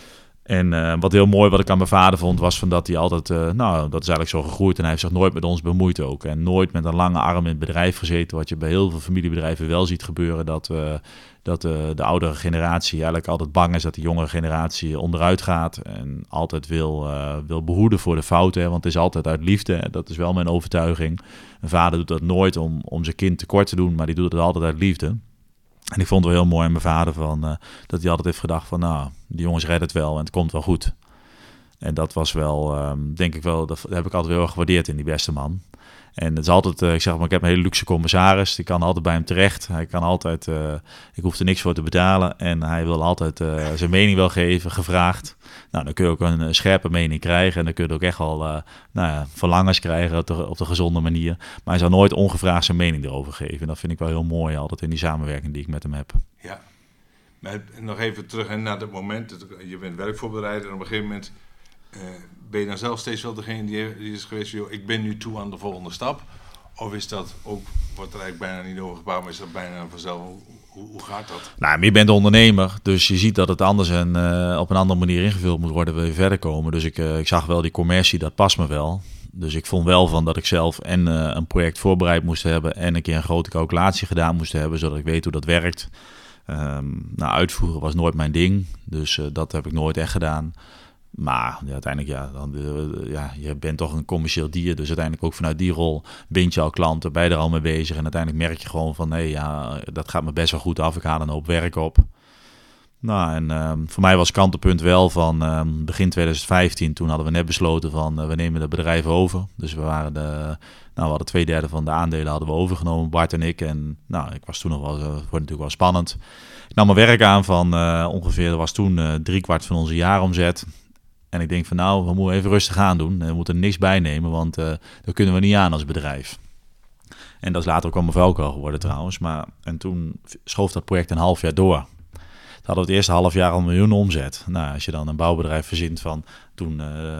En wat heel mooi wat ik aan mijn vader vond, was van dat hij altijd, dat is eigenlijk zo gegroeid en hij heeft zich nooit met ons bemoeid ook. En nooit met een lange arm in het bedrijf gezeten, wat je bij heel veel familiebedrijven wel ziet gebeuren, dat de oudere generatie eigenlijk altijd bang is dat de jongere generatie onderuit gaat. En altijd wil behoeden voor de fouten, hè, want het is altijd uit liefde. Dat is wel mijn overtuiging. Een vader doet dat nooit om zijn kind tekort te doen, maar die doet het altijd uit liefde. En ik vond het wel heel mooi aan mijn vader dat hij altijd heeft gedacht van, nou, die jongens redden het wel en het komt wel goed. En dat was wel, denk ik wel, dat heb ik altijd heel erg gewaardeerd in die beste man. En het is altijd, ik zeg maar, ik heb een hele luxe commissaris. Die kan altijd bij hem terecht. Hij kan altijd, ik hoef er niks voor te betalen. En hij wil altijd zijn mening wel geven, gevraagd. Nou, dan kun je ook een scherpe mening krijgen. En dan kun je ook echt wel verlangens krijgen op de gezonde manier. Maar hij zal nooit ongevraagd zijn mening erover geven. En dat vind ik wel heel mooi, altijd in die samenwerking die ik met hem heb. Ja, maar nog even terug naar dat moment. Je bent werkvoorbereider en op een gegeven moment ben je dan zelf steeds wel degene die is geweest, joh, ik ben nu toe aan de volgende stap? Of is dat ook, wordt er eigenlijk bijna niet over gebouwd, maar is dat bijna vanzelf? Hoe gaat dat? Nou, maar je bent ondernemer, dus je ziet dat het anders en op een andere manier ingevuld moet worden, wil je verder komen. Dus ik zag wel die commercie, dat past me wel. Dus ik vond wel van dat ik zelf een project voorbereid moest hebben en een keer een grote calculatie gedaan moest hebben, zodat ik weet hoe dat werkt. Uitvoeren was nooit mijn ding, dus dat heb ik nooit echt gedaan. Maar ja, uiteindelijk, je bent toch een commercieel dier. Dus uiteindelijk ook vanuit die rol bind je al klanten, ben je er al mee bezig. En uiteindelijk merk je gewoon van, dat gaat me best wel goed af. Ik haal een hoop werk op. Nou, en voor mij was het kantelpunt wel van begin 2015. Toen hadden we net besloten van, we nemen het bedrijf over. Dus we hadden 2/3 van de aandelen hadden we overgenomen, Bart en ik. En nou, ik was toen nog wel, het wordt natuurlijk wel spannend. Ik nam mijn werk aan van ongeveer, dat was toen 3/4 van onze jaaromzet. En ik denk van, nou, we moeten even rustig aan doen. We moeten er niks bij nemen, want dat kunnen we niet aan als bedrijf. En dat is later ook al mijn valkuil geworden trouwens. En toen schoof dat project een half jaar door. Toen hadden we het eerste half jaar al 1 miljoen omzet. Nou, als je dan een bouwbedrijf verzint van, toen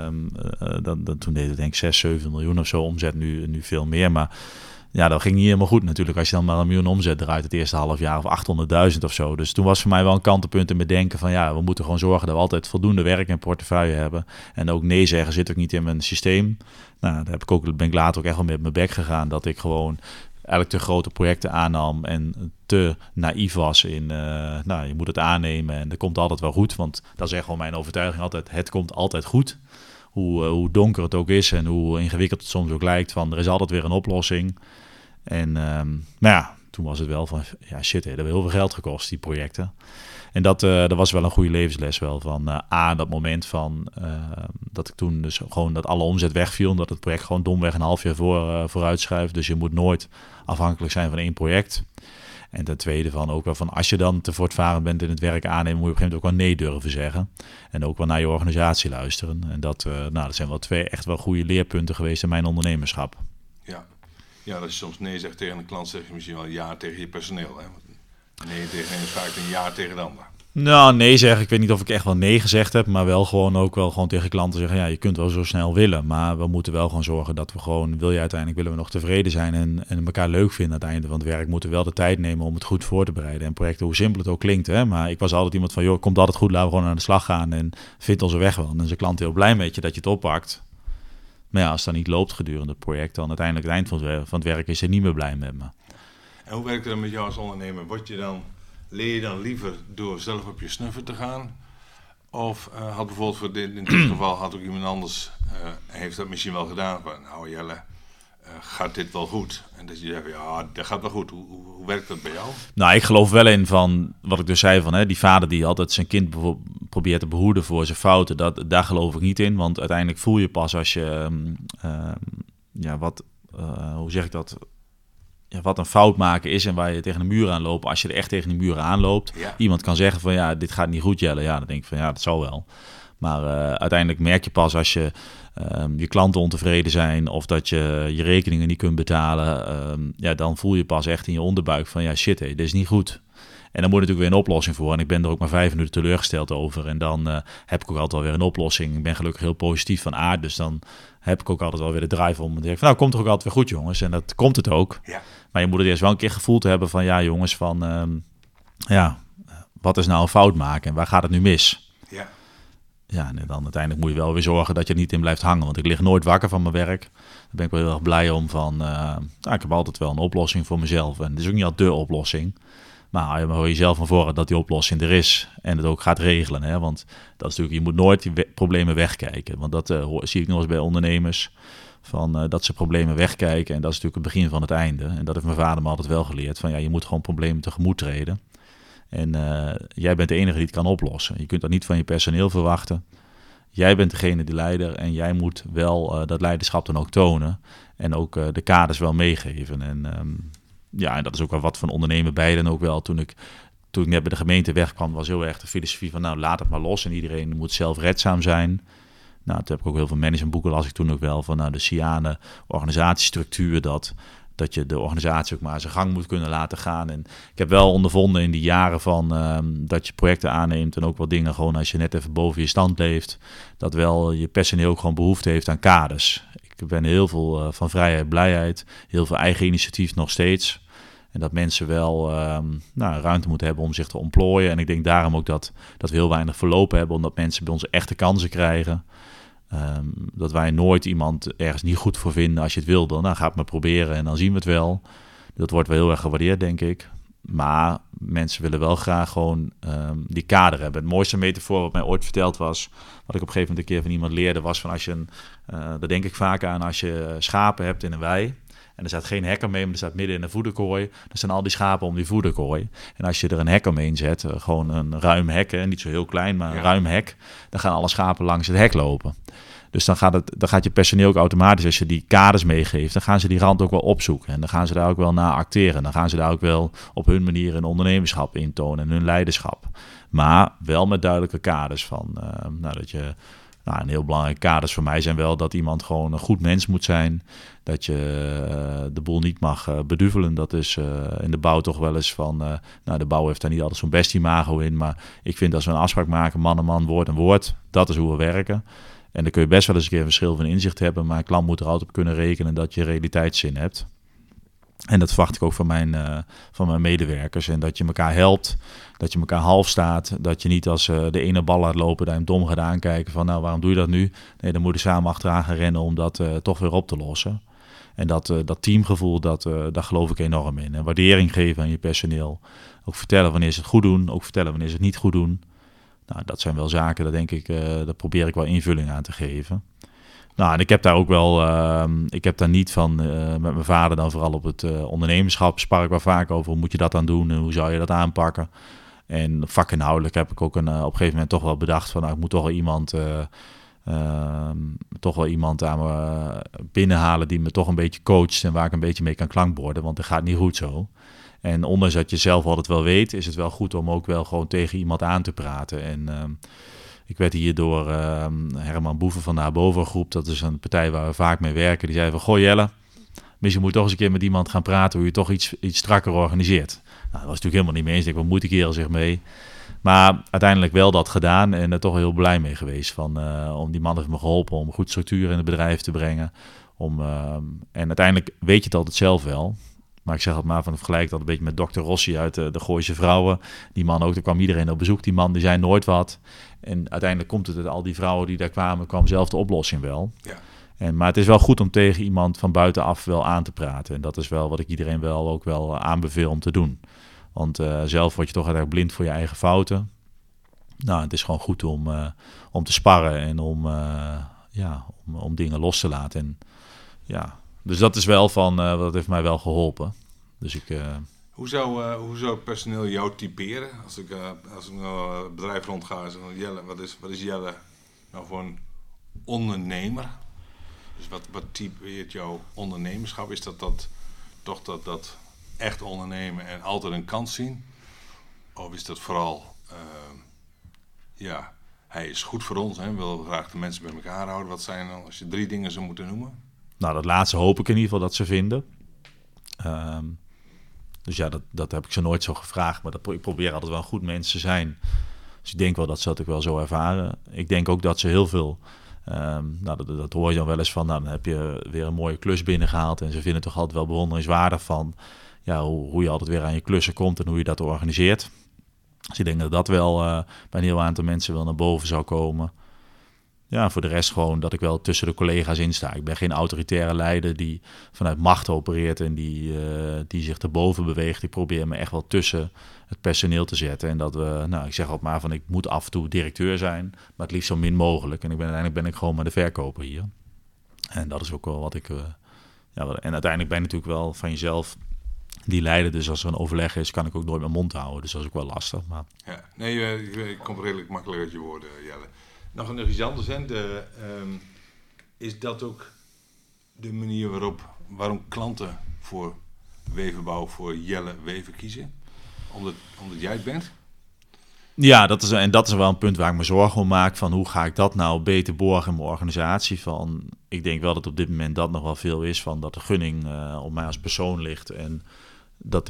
deed het denk ik 6, 7 miljoen of zo omzet, nu veel meer. Maar ja, dat ging niet helemaal goed natuurlijk. Als je dan maar 1 miljoen omzet draait het eerste half jaar of 800.000 of zo. Dus toen was voor mij wel een kantelpunt in mijn denken van, ja, we moeten gewoon zorgen dat we altijd voldoende werk en portefeuille hebben. En ook nee zeggen zit ook niet in mijn systeem. Nou, daar ben ik later ook echt wel met mijn bek gegaan, dat ik gewoon eigenlijk te grote projecten aannam en te naïef was in, je moet het aannemen en dat komt altijd wel goed. Want dat is echt gewoon mijn overtuiging altijd, het komt altijd goed. Hoe donker het ook is en hoe ingewikkeld het soms ook lijkt, van er is altijd weer een oplossing. En toen was het wel van, ja shit, dat heeft heel veel geld gekost, die projecten. En dat was wel een goede levensles wel van dat moment van dat ik toen dus gewoon dat alle omzet wegviel, dat het project gewoon domweg een half jaar vooruit schuift. Dus je moet nooit afhankelijk zijn van 1 project. En ten tweede van ook wel van als je dan te voortvarend bent in het werk aannemen, moet je op een gegeven moment ook wel nee durven zeggen. En ook wel naar je organisatie luisteren. En dat zijn wel 2 echt wel goede leerpunten geweest in mijn ondernemerschap. Ja, als je soms nee zegt tegen een klant, zeg je misschien wel ja tegen je personeel. Hè? Nee tegen een is vaak een ja tegen de ander. Nou, nee zeggen. Ik weet niet of ik echt wel nee gezegd heb, maar wel gewoon tegen klanten zeggen, ja, je kunt wel zo snel willen, maar we moeten wel gewoon zorgen dat we gewoon, willen we nog tevreden zijn en elkaar leuk vinden aan het einde van het werk, moeten we wel de tijd nemen om het goed voor te bereiden. En projecten, hoe simpel het ook klinkt, hè, maar ik was altijd iemand van, joh, komt altijd goed, laten we gewoon aan de slag gaan en vindt onze weg wel. En dan is de klant heel blij met je dat je het oppakt. Maar ja, als het dan niet loopt gedurende het project, dan uiteindelijk het eind van het werk is hij niet meer blij met me. En hoe werkt het dan met jou als ondernemer? Leer je dan liever door zelf op je snuffen te gaan? Of had bijvoorbeeld in dit geval had ook iemand anders heeft dat misschien wel gedaan van, nou Jelle, gaat dit wel goed? En dat je zegt, ja, dat gaat wel goed. Hoe werkt dat bij jou? Nou, ik geloof wel in van, wat ik dus zei van, die vader die altijd zijn kind probeert te behoeden voor zijn fouten, daar geloof ik niet in. Want uiteindelijk voel je pas als je, hoe zeg ik dat, wat een fout maken is en waar je tegen de muur aan loopt. Als je er echt tegen de muur aan loopt, iemand kan zeggen van, ja, dit gaat niet goed, Jelle. Ja, dan denk ik van, ja, dat zal wel. Maar uiteindelijk merk je pas als je klanten ontevreden zijn of dat je rekeningen niet kunt betalen. Dan voel je pas echt in je onderbuik van, ja, shit, dit is niet goed. En dan moet er natuurlijk weer een oplossing voor. En ik ben er ook maar 5 minuten teleurgesteld over. En dan heb ik ook altijd wel weer een oplossing. Ik ben gelukkig heel positief van aard. Dus dan heb ik ook altijd wel weer de drive om te denken van, nou, komt er ook altijd weer goed, jongens. En dat komt het ook. Ja. Maar je moet het eerst wel een keer gevoeld hebben van, ja, jongens, van, wat is nou een fout maken en waar gaat het nu mis? Ja. Ja, en dan uiteindelijk moet je wel weer zorgen dat je er niet in blijft hangen. Want ik lig nooit wakker van mijn werk. Daar ben ik wel heel erg blij om van, ik heb altijd wel een oplossing voor mezelf. En het is ook niet altijd de oplossing. Maar je moet jezelf van voren dat die oplossing er is en het ook gaat regelen. Hè? Want dat is natuurlijk, je moet nooit die problemen wegkijken. Want dat zie ik nog eens bij ondernemers. Van, dat ze problemen wegkijken en dat is natuurlijk het begin van het einde. En dat heeft mijn vader me altijd wel geleerd. Van, ja, je moet gewoon problemen tegemoet treden. En jij bent de enige die het kan oplossen. Je kunt dat niet van je personeel verwachten. Jij bent degene die leider en jij moet wel dat leiderschap dan ook tonen. En ook de kaders wel meegeven. En dat is ook wel wat van ondernemer bij dan ook wel. Toen ik net bij de gemeente wegkwam, was heel erg de filosofie van, nou, laat het maar los. En iedereen moet zelfredzaam zijn. Nou, toen heb ik ook heel veel managementboeken, las ik toen ook wel, van de Siane organisatiestructuur, dat je de organisatie ook maar zijn gang moet kunnen laten gaan. En ik heb wel ondervonden in die jaren van dat je projecten aanneemt en ook wel dingen gewoon als je net even boven je stand leeft, dat wel je personeel ook gewoon behoefte heeft aan kaders. Ik ben heel veel van vrijheid, blijheid, heel veel eigen initiatief nog steeds. En dat mensen wel ruimte moeten hebben om zich te ontplooien. En ik denk daarom ook dat we heel weinig verlopen hebben, omdat mensen bij ons echte kansen krijgen. Dat wij nooit iemand ergens niet goed voor vinden. Als je het wil, dan ga het maar proberen en dan zien we het wel. Dat wordt wel heel erg gewaardeerd, denk ik. Maar mensen willen wel graag gewoon die kader hebben. Het mooiste metafoor wat mij ooit verteld was, wat ik op een gegeven moment een keer van iemand leerde, was van als je, daar denk ik vaak aan, als je schapen hebt in een wei. En er staat geen hek omheen, maar er staat midden in een voederkooi. Dan staan al die schapen om die voederkooi. En als je er een hek omheen zet, gewoon een ruim hek, niet zo heel klein, maar een ruim hek, dan gaan alle schapen langs het hek lopen. Dus dan gaat je personeel ook automatisch, als je die kaders meegeeft, dan gaan ze die rand ook wel opzoeken. En dan gaan ze daar ook wel naar acteren. Dan gaan ze daar ook wel op hun manier hun ondernemerschap intonen en hun leiderschap. Maar wel met duidelijke kaders van, dat je... Nou, een heel belangrijk kaders voor mij zijn wel dat iemand gewoon een goed mens moet zijn. Dat je de boel niet mag beduvelen. Dat is in de bouw toch wel eens van... de bouw heeft daar niet altijd zo'n best imago in. Maar ik vind als we een afspraak maken, man en man, woord en woord. Dat is hoe we werken. En dan kun je best wel eens een keer een verschil van inzicht hebben. Maar een klant moet er altijd op kunnen rekenen dat je realiteitszin hebt. En dat verwacht ik ook van mijn medewerkers. En dat je elkaar helpt, dat je elkaar half staat. Dat je niet als de ene bal laat lopen, daar hem dom gaat aankijken van, nou, waarom doe je dat nu? Nee, dan moet je samen achteraan gaan rennen om dat toch weer op te lossen. En dat teamgevoel, daar geloof ik enorm in. En waardering geven aan je personeel. Ook vertellen wanneer ze het goed doen, ook vertellen wanneer ze het niet goed doen. Nou, dat zijn wel zaken, daar denk ik, daar probeer ik wel invulling aan te geven. Nou, en ik heb daar ook wel, ik heb daar niet van, met mijn vader dan vooral op het ondernemerschap, spar ik wel vaak over, hoe moet je dat dan doen en hoe zou je dat aanpakken. En vakinhoudelijk heb ik ook op een gegeven moment toch wel bedacht van, nou, ik moet toch wel iemand aan me binnenhalen die me toch een beetje coacht en waar ik een beetje mee kan klankborden, want het gaat niet goed zo. En ondanks dat je zelf altijd wel weet, is het wel goed om ook wel gewoon tegen iemand aan te praten. En ik werd hier door Herman Boeven van de Abovo Groep, dat is een partij waar we vaak mee werken, die zei van, goh Jelle, misschien moet je toch eens een keer met iemand gaan praten hoe je toch iets strakker organiseert. Nou, dat was natuurlijk helemaal niet mee eens. Ik denk, wat moet die kerel zich mee? Maar uiteindelijk wel dat gedaan en er toch heel blij mee geweest. Om die man heeft me geholpen om goed structuur in het bedrijf te brengen. En uiteindelijk weet je het altijd zelf wel. Maar ik zeg het maar, vergelijk dat een beetje met Dr. Rossi uit de Gooise Vrouwen. Die man ook, daar kwam iedereen op bezoek. Die man, die zei nooit wat. En uiteindelijk komt het uit al die vrouwen die daar kwamen, kwam zelf de oplossing wel. Ja. Maar het is wel goed om tegen iemand van buitenaf wel aan te praten. En dat is wel wat ik iedereen wel ook wel aanbeveel om te doen. Want zelf word je toch erg blind voor je eigen fouten. Nou, het is gewoon goed om te sparren en om dingen los te laten. En, ja, dus dat is wel dat heeft mij wel geholpen. Dus Hoe zou het personeel jou typeren? Als ik naar het bedrijf rondga en zeg, Jelle, wat is Jelle nou voor een ondernemer? Dus wat typeert jouw ondernemerschap? Is dat echt ondernemen en altijd een kans zien? Of is dat vooral, hij is goed voor ons, hè, wil graag de mensen bij elkaar houden. Wat zijn dan, als je 3 dingen zou moeten noemen? Nou, dat laatste hoop ik in ieder geval dat ze vinden. Dus ja, dat heb ik ze nooit zo gevraagd. Maar ik probeer altijd wel goed mensen te zijn. Dus ik denk wel dat ze dat ook wel zo ervaren. Ik denk ook dat ze heel veel... dat hoor je dan wel eens van. Nou, dan heb je weer een mooie klus binnengehaald. En ze vinden het toch altijd wel bewonderingswaardig van... Ja, hoe je altijd weer aan je klussen komt en hoe je dat organiseert. Dus ik denk dat dat wel bij een heel aantal mensen wel naar boven zou komen. Ja, voor de rest gewoon dat ik wel tussen de collega's in sta. Ik ben geen autoritaire leider die vanuit macht opereert en die zich erboven beweegt. Ik probeer me echt wel tussen het personeel te zetten. En dat ik zeg altijd maar van ik moet af en toe directeur zijn, maar het liefst zo min mogelijk. En uiteindelijk ben ik gewoon maar de verkoper hier. En dat is ook wel wat ik... en uiteindelijk ben je natuurlijk wel van jezelf die leider. Dus als er een overleg is, kan ik ook nooit mijn mond houden. Dus dat is ook wel lastig. Maar... Ja, nee, je komt redelijk makkelijk uit je woorden, Jelle. Nog iets anders, hè? Is dat ook de manier waarom klanten voor Wevenbouw voor Jelle Wever kiezen? Omdat jij het bent? Ja, dat is wel een punt waar ik me zorgen om maak. Van hoe ga ik dat nou beter borgen in mijn organisatie? Ik denk wel dat op dit moment dat nog wel veel is. Van dat de gunning op mij als persoon ligt. En dat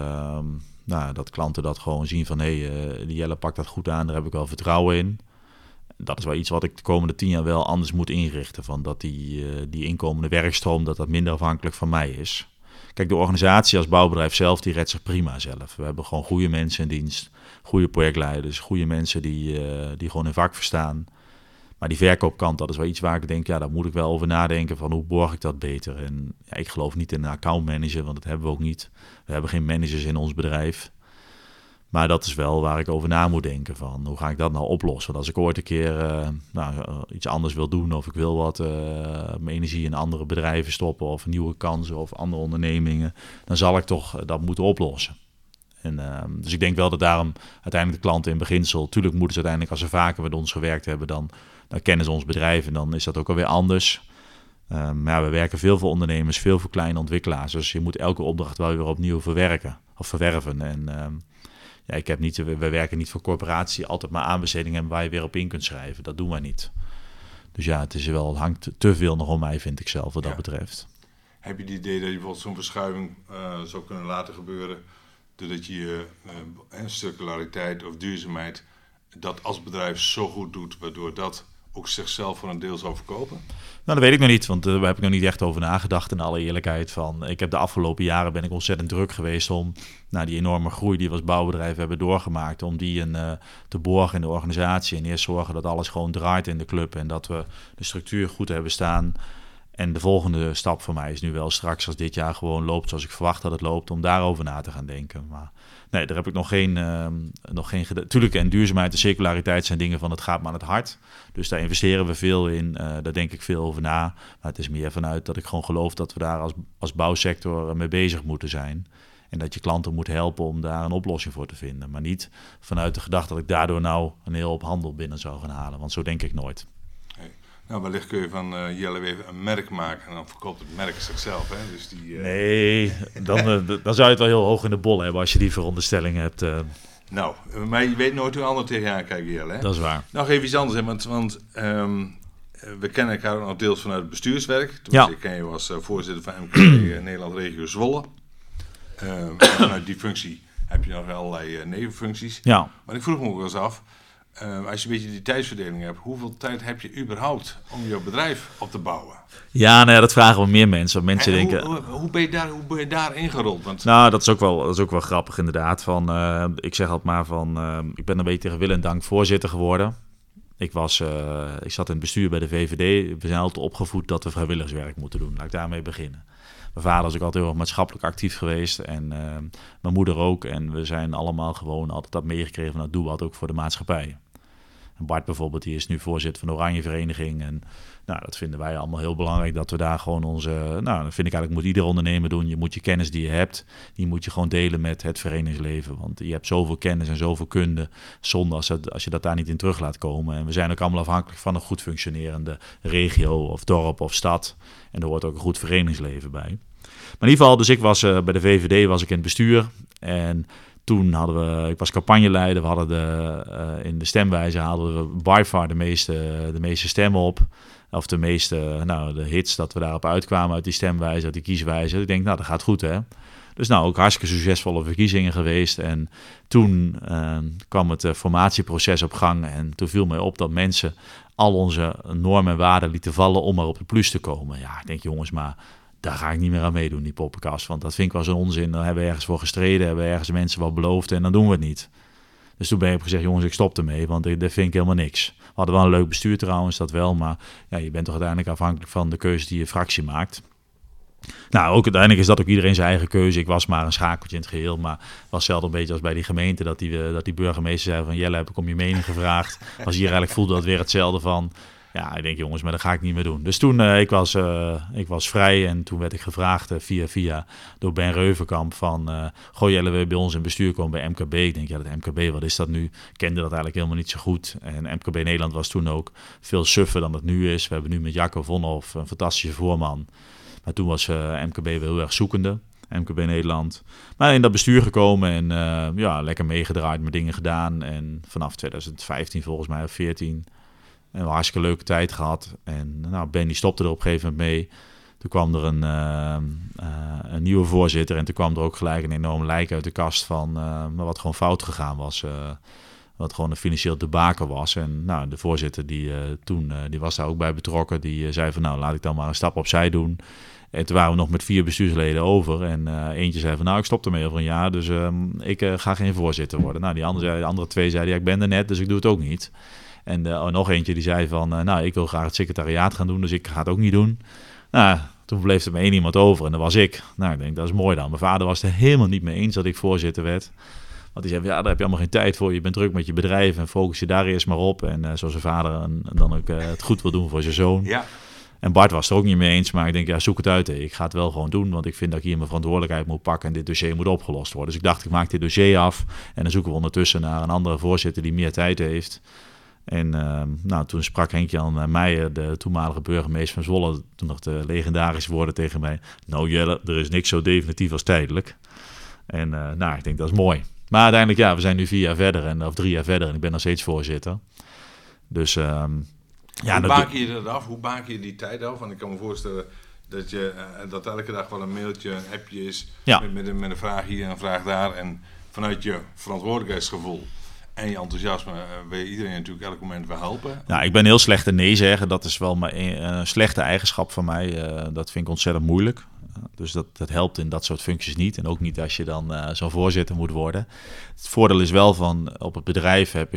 dat klanten dat gewoon zien van... die Jelle pakt dat goed aan, daar heb ik wel vertrouwen in. Dat is wel iets wat ik de komende 10 jaar wel anders moet inrichten. Van dat die inkomende werkstroom, dat minder afhankelijk van mij is. Kijk, de organisatie als bouwbedrijf zelf, die redt zich prima zelf. We hebben gewoon goede mensen in dienst, goede projectleiders, goede mensen die gewoon hun vak verstaan. Maar die verkoopkant, dat is wel iets waar ik denk, ja, daar moet ik wel over nadenken van hoe borg ik dat beter. En ja, ik geloof niet in een accountmanager, want dat hebben we ook niet. We hebben geen managers in ons bedrijf. Maar dat is wel waar ik over na moet denken van hoe ga ik dat nou oplossen. Want als ik ooit een keer iets anders wil doen of ik wil wat mijn energie in andere bedrijven stoppen of nieuwe kansen of andere ondernemingen, dan zal ik toch dat moeten oplossen. Dus ik denk wel dat daarom uiteindelijk de klanten in beginsel, natuurlijk moeten ze uiteindelijk als ze vaker met ons gewerkt hebben, dan kennen ze ons bedrijf en dan is dat ook alweer anders. Maar we werken veel voor ondernemers, veel voor kleine ontwikkelaars. Dus je moet elke opdracht wel weer opnieuw verwerven. En we werken niet voor corporatie, altijd maar aanbestedingen hebben waar je weer op in kunt schrijven. Dat doen wij niet. Dus ja, het hangt te veel nog om mij, vind ik zelf, wat dat betreft. Heb je het idee dat je bijvoorbeeld zo'n verschuiving zou kunnen laten gebeuren, doordat je circulariteit of duurzaamheid dat als bedrijf zo goed doet, waardoor dat ook zichzelf voor een deel zou verkopen? Nou, dat weet ik nog niet, want daar heb ik nog niet echt over nagedacht in alle eerlijkheid. Ik heb de afgelopen jaren ben ik ontzettend druk geweest om die enorme groei die we als bouwbedrijf hebben doorgemaakt, om die te borgen in de organisatie en eerst zorgen dat alles gewoon draait in de club en dat we de structuur goed hebben staan. En de volgende stap voor mij is nu wel straks, als dit jaar gewoon loopt zoals ik verwacht dat het loopt, om daarover na te gaan denken. Maar nee, daar heb ik nog geen tuurlijk, en duurzaamheid en circulariteit zijn dingen van het gaat me aan het hart. Dus daar investeren we veel in, daar denk ik veel over na. Maar het is meer vanuit dat ik gewoon geloof dat we daar als bouwsector mee bezig moeten zijn. En dat je klanten moet helpen om daar een oplossing voor te vinden. Maar niet vanuit de gedachte dat ik daardoor nou een heel hoop handel binnen zou gaan halen. Want zo denk ik nooit. Nou, wellicht kun je van Jelle weer een merk maken en dan verkoopt het merk zichzelf. Hè? Dus Nee, dan zou je het wel heel hoog in de bol hebben als je die veronderstelling hebt. Nou, maar je weet nooit hoe anderen tegenaan kijken, Jelle. Hè? Dat is waar. Nog even iets anders, hè? Want we kennen elkaar ook nog deels vanuit het bestuurswerk. Toen ik ken je als voorzitter van MKB Nederland Regio Zwolle. En vanuit die functie heb je nog allerlei nevenfuncties. Ja. Maar ik vroeg me ook wel eens af, als je een beetje die tijdsverdeling hebt, hoeveel tijd heb je überhaupt om jouw bedrijf op te bouwen? Ja, nou ja, dat vragen wel meer mensen. Mensen denken... Hoe ben je daar ingerold? Want... Nou, dat is ook wel grappig inderdaad. Ik zeg altijd maar ik ben een beetje tegen wil en dank voorzitter geworden. Ik zat in het bestuur bij de VVD. We zijn altijd opgevoed dat we vrijwilligerswerk moeten doen. Laat ik daarmee beginnen. Mijn vader is ook altijd heel erg maatschappelijk actief geweest. En mijn moeder ook. En we zijn allemaal gewoon altijd dat meegekregen van dat doe wat ook voor de maatschappij. En Bart bijvoorbeeld, die is nu voorzitter van de Oranje Vereniging. En nou, dat vinden wij allemaal heel belangrijk. Dat we daar gewoon dat vind ik eigenlijk moet ieder ondernemer doen. Je moet je kennis die je hebt, die moet je gewoon delen met het verenigingsleven. Want je hebt zoveel kennis en zoveel kunde, zonde als je dat daar niet in terug laat komen. En we zijn ook allemaal afhankelijk van een goed functionerende regio of dorp of stad. En er hoort ook een goed verenigingsleven bij. Maar in ieder geval, dus ik was bij de VVD was ik in het bestuur. En toen ik was campagneleider. We hadden in de stemwijzer hadden we by far de meeste stemmen op. Of de meeste, de hits dat we daarop uitkwamen uit die stemwijzer, uit die kieswijzer. Ik denk, dat gaat goed hè. Dus ook hartstikke succesvolle verkiezingen geweest. En toen kwam het formatieproces op gang. En toen viel mij op dat mensen al onze normen en waarden lieten vallen om maar op de plus te komen. Ja, ik denk jongens, maar daar ga ik niet meer aan meedoen, die podcast. Want dat vind ik wel zo'n onzin. Dan hebben we ergens voor gestreden, hebben we ergens mensen wat beloofd en dan doen we het niet. Dus toen ben ik gezegd, jongens, ik stop ermee, want dat vind ik helemaal niks. We hadden wel een leuk bestuur trouwens, dat wel. Maar ja, je bent toch uiteindelijk afhankelijk van de keuze die je fractie maakt. Nou, ook uiteindelijk is dat ook iedereen zijn eigen keuze. Ik was maar een schakeltje in het geheel. Maar het was zelden een beetje als bij die gemeente dat die burgemeester zei van Jelle, heb ik om je mening gevraagd. Was hier eigenlijk voelde dat weer hetzelfde van... Ja, ik denk jongens, maar dat ga ik niet meer doen. Dus toen, ik was vrij en toen werd ik gevraagd via door Ben Reuvenkamp van... Goh Jelle, wil je bij ons in bestuur komen bij MKB? Ik denk, ja, dat MKB, wat is dat nu? Ik kende dat eigenlijk helemaal niet zo goed. En MKB Nederland was toen ook veel suffer dan het nu is. We hebben nu met Jacco Vonhoff een fantastische voorman. Maar toen was MKB wel heel erg zoekende. MKB Nederland. Maar in dat bestuur gekomen en lekker meegedraaid, met dingen gedaan. En vanaf 2015 volgens mij, of 14... En we een hartstikke leuke tijd gehad. En Ben die stopte er op een gegeven moment mee. Toen kwam er een nieuwe voorzitter. En toen kwam er ook gelijk een enorm lijk uit de kast van wat gewoon fout gegaan was. Wat gewoon een financieel debakel was. En de voorzitter die was daar ook bij betrokken. Die zei van laat ik dan maar een stap opzij doen. En toen waren we nog met 4 bestuursleden over. En eentje zei van ik stop ermee over een jaar. Dus ik ga geen voorzitter worden. Die andere 2 zeiden ik ben er net, dus ik doe het ook niet. En nog eentje die zei van, ik wil graag het secretariaat gaan doen, dus ik ga het ook niet doen. Toen bleef er maar 1 iemand over en dat was ik. Ik denk, dat is mooi dan. Mijn vader was het er helemaal niet mee eens dat ik voorzitter werd. Want die zei, daar heb je allemaal geen tijd voor. Je bent druk met je bedrijf en focus je daar eerst maar op. En zoals zijn vader dan ook het goed wil doen voor zijn zoon. Ja. En Bart was het er ook niet mee eens, maar ik denk, zoek het uit. Ik ga het wel gewoon doen, want ik vind dat ik hier mijn verantwoordelijkheid moet pakken en dit dossier moet opgelost worden. Dus ik dacht, ik maak dit dossier af en dan zoeken we ondertussen naar een andere voorzitter die meer tijd heeft. En toen sprak Henk-Jan Meijer, de toenmalige burgemeester van Zwolle, toen nog de legendarische woorden tegen mij. Nou Jelle, er is niks zo definitief als tijdelijk. En ik denk dat is mooi. Maar uiteindelijk, we zijn nu 4 jaar verder of 3 jaar verder en ik ben nog steeds voorzitter. Dus hoe baak je dat af? Hoe baak je die tijd af? Want ik kan me voorstellen dat elke dag wel een mailtje, een appje is met een vraag hier en een vraag daar. En vanuit je verantwoordelijkheidsgevoel en je enthousiasme wil je iedereen natuurlijk elk moment wel helpen. Nou, ik ben heel slecht in nee zeggen. Dat is wel een slechte eigenschap van mij. Dat vind ik ontzettend moeilijk. Dus dat helpt in dat soort functies niet. En ook niet als je dan zo'n voorzitter moet worden. Het voordeel is wel van, op het bedrijf heb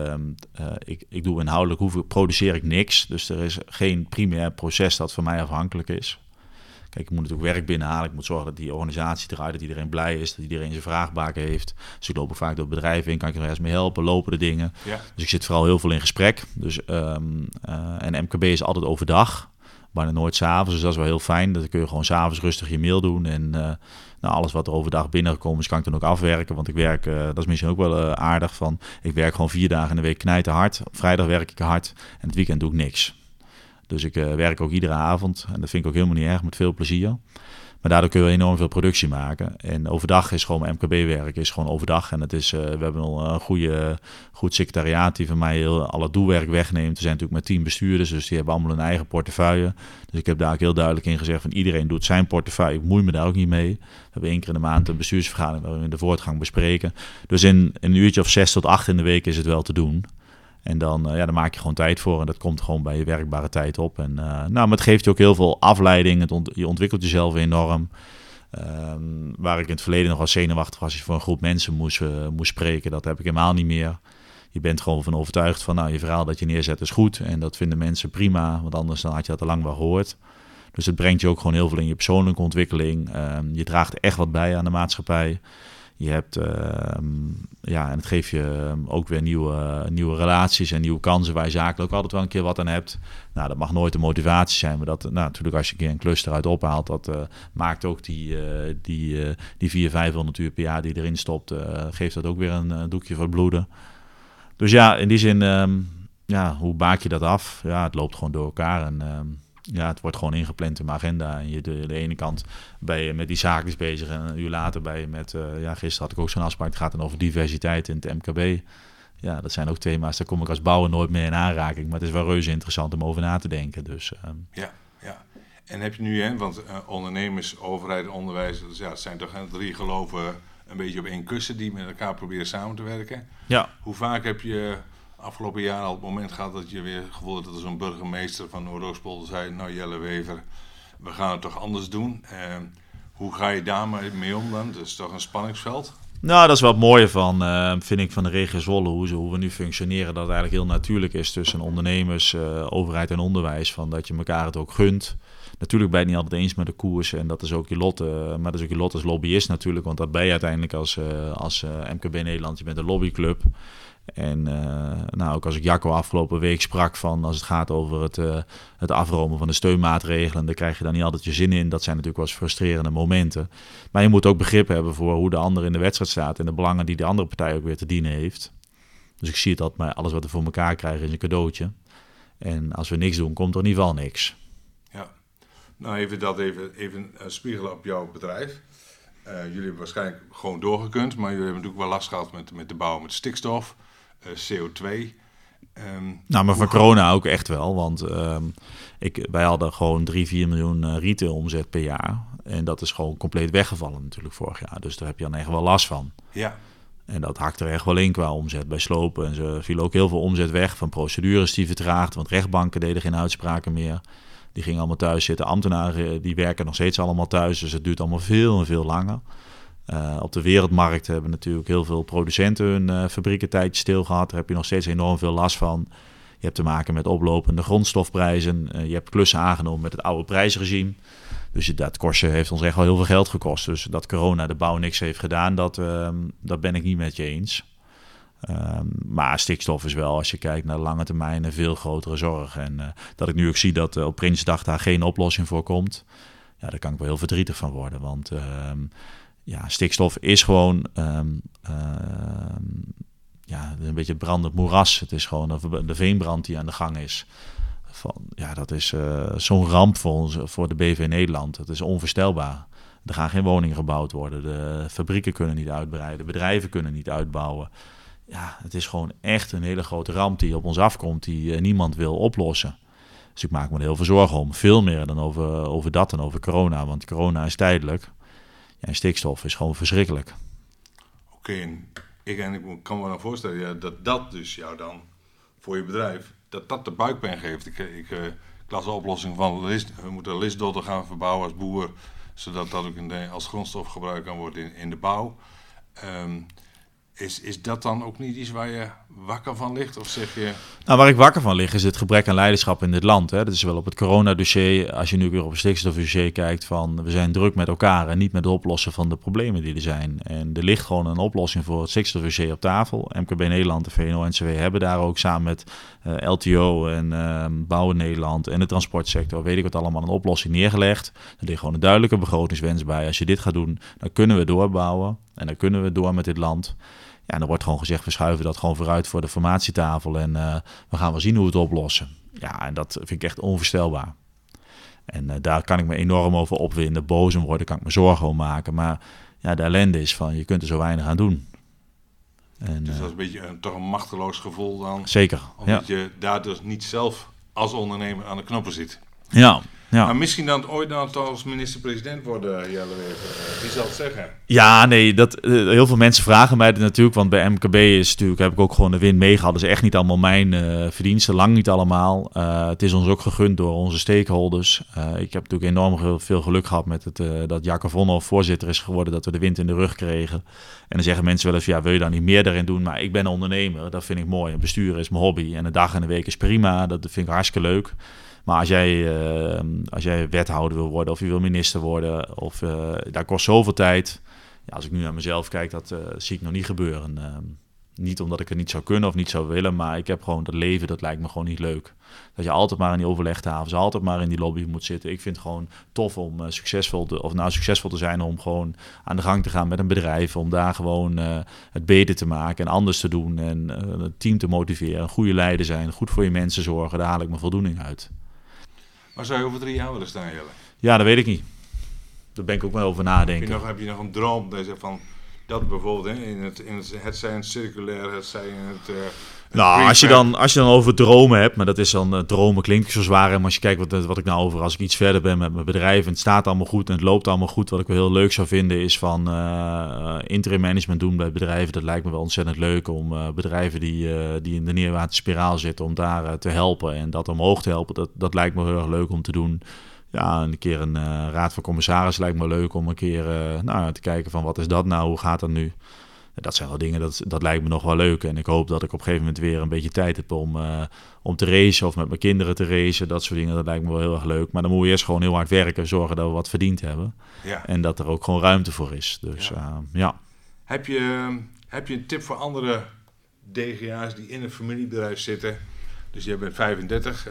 ik doe inhoudelijk, produceer ik niks. Dus er is geen primair proces dat van mij afhankelijk is. Kijk, ik moet natuurlijk werk binnenhalen. Ik moet zorgen dat die organisatie draait, dat iedereen blij is, dat iedereen zijn vraagbaken heeft. Dus ik loop ook vaak door het bedrijf in, kan ik er ergens mee helpen, lopen de dingen. Ja. Dus ik zit vooral heel veel in gesprek. Dus, en MKB is altijd overdag, bijna nooit 's avonds. Dus dat is wel heel fijn. Dan kun je gewoon 's avonds rustig je mail doen. En alles wat er overdag binnengekomen is, kan ik dan ook afwerken. Want ik werk, dat is misschien ook wel aardig, ik werk gewoon 4 dagen in de week knijterhard. Op vrijdag werk ik hard en het weekend doe ik niks. Dus ik werk ook iedere avond en dat vind ik ook helemaal niet erg, met veel plezier. Maar daardoor kun je enorm veel productie maken. En overdag is gewoon mijn MKB-werk, is gewoon overdag. En het is, we hebben al een goed secretariaat die van mij alle doelwerk wegneemt. We zijn natuurlijk met 10 bestuurders, dus die hebben allemaal hun eigen portefeuille. Dus ik heb daar ook heel duidelijk in gezegd van iedereen doet zijn portefeuille. Ik moei me daar ook niet mee. We hebben 1 keer in de maand een bestuursvergadering waar we de voortgang bespreken. Dus in een uurtje of 6 tot 8 in de week is het wel te doen. En dan maak je gewoon tijd voor en dat komt gewoon bij je werkbare tijd op. En, maar het geeft je ook heel veel afleiding. Je ontwikkelt jezelf enorm. Waar ik in het verleden nog wel zenuwachtig was als je voor een groep mensen moest spreken. Dat heb ik helemaal niet meer. Je bent gewoon van overtuigd van je verhaal dat je neerzet is goed. En dat vinden mensen prima, want anders dan had je dat al lang wel gehoord. Dus het brengt je ook gewoon heel veel in je persoonlijke ontwikkeling. Je draagt echt wat bij aan de maatschappij. Je hebt, en het geeft je ook weer nieuwe relaties en nieuwe kansen waar je zakelijk ook altijd wel een keer wat aan hebt. Nou, dat mag nooit de motivatie zijn, maar dat, natuurlijk als je een keer een klus eruit ophaalt, dat maakt ook die 400-500 uur per jaar die erin stopt, geeft dat ook weer een doekje voor het bloeden. Dus ja, in die zin, hoe maak je dat af? Ja, het loopt gewoon door elkaar en het wordt gewoon ingepland in mijn agenda. En de ene kant ben je met die zaken bezig en een uur later ben je met... gisteren had ik ook zo'n afspraak, het gaat dan over diversiteit in het MKB. Ja, dat zijn ook thema's, daar kom ik als bouwer nooit meer in aanraking. Maar het is wel reuze interessant om over na te denken. Dus, Ja. En heb je nu, want ondernemers, overheid, onderwijs... Dus het zijn toch 3 geloven een beetje op één kussen die met elkaar proberen samen te werken. Ja. Hoe vaak heb je... afgelopen jaar al het moment gehad dat je weer gevoeld had dat er zo'n burgemeester van Noordoostpolder zei... Nou Jelle Wever, we gaan het toch anders doen. Hoe ga je daar mee om dan? Dat is toch een spanningsveld? Nou, dat is wel het mooie van, vind ik, van de regio Zwolle. Hoe we nu functioneren, dat het eigenlijk heel natuurlijk is tussen ondernemers, overheid en onderwijs. Van dat je elkaar het ook gunt. Natuurlijk ben je het niet altijd eens met de koers en dat is ook je lot. Maar dat is ook je lot als lobbyist natuurlijk. Want dat ben je uiteindelijk als MKB Nederland. Je bent een lobbyclub. En ook als ik Jacco afgelopen week sprak van als het gaat over het afromen van de steunmaatregelen, dan krijg je daar niet altijd je zin in. Dat zijn natuurlijk wel eens frustrerende momenten. Maar je moet ook begrip hebben voor hoe de ander in de wedstrijd staat en de belangen die de andere partij ook weer te dienen heeft. Dus ik zie het altijd, maar alles wat we voor elkaar krijgen is een cadeautje. En als we niks doen, komt er in ieder geval niks. Ja, nou even spiegelen op jouw bedrijf. Jullie hebben waarschijnlijk gewoon doorgekund, maar jullie hebben natuurlijk wel last gehad met de bouw met stikstof. CO2. Maar van corona ook echt wel, want wij hadden gewoon 3-4 miljoen retail omzet per jaar. En dat is gewoon compleet weggevallen natuurlijk vorig jaar. Dus daar heb je dan echt wel last van. Ja. En dat hakte er echt wel in qua omzet bij slopen. En ze viel ook heel veel omzet weg van procedures die vertraagden. Want rechtbanken deden geen uitspraken meer. Die gingen allemaal thuis zitten. Ambtenaren die werken nog steeds allemaal thuis. Dus het duurt allemaal veel en veel langer. Op de wereldmarkt hebben natuurlijk heel veel producenten hun fabrieken tijdje stil gehad. Daar heb je nog steeds enorm veel last van. Je hebt te maken met oplopende grondstofprijzen. Je hebt klussen aangenomen met het oude prijsregime. Dus dat kosten heeft ons echt wel heel veel geld gekost. Dus dat corona de bouw niks heeft gedaan, dat ben ik niet met je eens. Maar stikstof is wel, als je kijkt naar de lange termijn, een veel grotere zorg. En dat ik nu ook zie dat op Prinsdag daar geen oplossing voor komt, ja, daar kan ik wel heel verdrietig van worden. Want stikstof is gewoon een beetje het brandend moeras. Het is gewoon de veenbrand die aan de gang is. Dat is zo'n ramp voor de BV Nederland. Dat is onvoorstelbaar. Er gaan geen woningen gebouwd worden. De fabrieken kunnen niet uitbreiden. Bedrijven kunnen niet uitbouwen. Ja, het is gewoon echt een hele grote ramp die op ons afkomt, die niemand wil oplossen. Dus ik maak me er heel veel zorgen om. Veel meer dan over dat en over corona. Want corona is tijdelijk. Ja, en stikstof is gewoon verschrikkelijk. Oké, en ik kan me dan voorstellen dat dus jou dan voor je bedrijf, dat de buikpijn geeft. Ik las de oplossing van we moeten listdotten gaan verbouwen als boer, zodat dat ook als grondstof gebruikt kan worden in de bouw. Is dat dan ook niet iets waar je wakker van ligt? Of zeg je... Nou, waar ik wakker van lig is het gebrek aan leiderschap in dit land. Hè. Dat is wel op het coronadossier, als je nu weer op het stikstofdossier kijkt, van we zijn druk met elkaar en niet met het oplossen van de problemen die er zijn. En er ligt gewoon een oplossing voor het stikstofdossier op tafel. MKB Nederland, de VNO-NCW hebben daar ook samen met LTO en Bouwen Nederland en de transportsector, weet ik wat allemaal, een oplossing neergelegd. Er ligt gewoon een duidelijke begrotingswens bij. Als je dit gaat doen, dan kunnen we doorbouwen en dan kunnen we door met dit land. Ja, en er wordt gewoon gezegd, we schuiven dat gewoon vooruit voor de formatietafel en we gaan wel zien hoe we het oplossen. Ja, en dat vind ik echt onvoorstelbaar. En daar kan ik me enorm over opwinden, boos om worden, kan ik me zorgen om maken. Maar ja, de ellende is van, je kunt er zo weinig aan doen. En, dus dat is een beetje toch een machteloos gevoel dan. Zeker, omdat je daar dus niet zelf als ondernemer aan de knoppen zit. Ja. Maar misschien dan ooit als minister-president worden, Jellewever. Wie zal het zeggen? Ja, nee, heel veel mensen vragen mij dit natuurlijk. Want bij MKB heb ik ook gewoon de win meegehad. Dat is echt niet allemaal mijn verdiensten, lang niet allemaal. Het is ons ook gegund door onze stakeholders. Ik heb natuurlijk enorm veel geluk gehad met dat Jacco Vonhoff voorzitter is geworden. Dat we de wind in de rug kregen. En dan zeggen mensen wel eens, ja, wil je dan niet meer daarin doen? Maar ik ben een ondernemer, dat vind ik mooi. Besturen is mijn hobby en een dag en een week is prima. Dat vind ik hartstikke leuk. Maar als jij wethouder wil worden of je wil minister worden, daar kost zoveel tijd. Ja, als ik nu naar mezelf kijk, dat zie ik nog niet gebeuren. Niet omdat ik het niet zou kunnen of niet zou willen, maar ik heb gewoon dat leven, dat lijkt me gewoon niet leuk. Dat je altijd maar in die overlegtafels, altijd maar in die lobby moet zitten. Ik vind het gewoon tof om succesvol te zijn, om gewoon aan de gang te gaan met een bedrijf. Om daar gewoon het beter te maken en anders te doen. En het team te motiveren, een goede leider zijn, goed voor je mensen zorgen. Daar haal ik mijn voldoening uit. Waar zou je over 3 jaar willen staan, Jelle? Ja, dat weet ik niet. Daar ben ik ook wel over nadenken. Heb je nog een droom van dat bijvoorbeeld, hè, het zijn circulair, het zijn als je dan over dromen hebt, maar dat is dan dromen klinkt zo zwaar. Maar als je kijkt wat ik nou over, als ik iets verder ben met mijn bedrijf en het staat allemaal goed en het loopt allemaal goed, wat ik wel heel leuk zou vinden is van interim management doen bij bedrijven. Dat lijkt me wel ontzettend leuk om bedrijven die in de neerwaartse zitten, om daar te helpen en dat omhoog te helpen. Dat lijkt me heel erg leuk om te doen. Ja, een keer een raad van commissaris lijkt me leuk om een keer te kijken van wat is dat nou, hoe gaat dat nu? Dat zijn wel dingen, dat lijkt me nog wel leuk. En ik hoop dat ik op een gegeven moment weer een beetje tijd heb om te racen of met mijn kinderen te racen. Dat soort dingen, dat lijkt me wel heel erg leuk. Maar dan moet je eerst gewoon heel hard werken, zorgen dat we wat verdiend hebben. Ja. En dat er ook gewoon ruimte voor is. Dus ja. Heb je een tip voor andere DGA's die in een familiebedrijf zitten? Dus jij bent 35.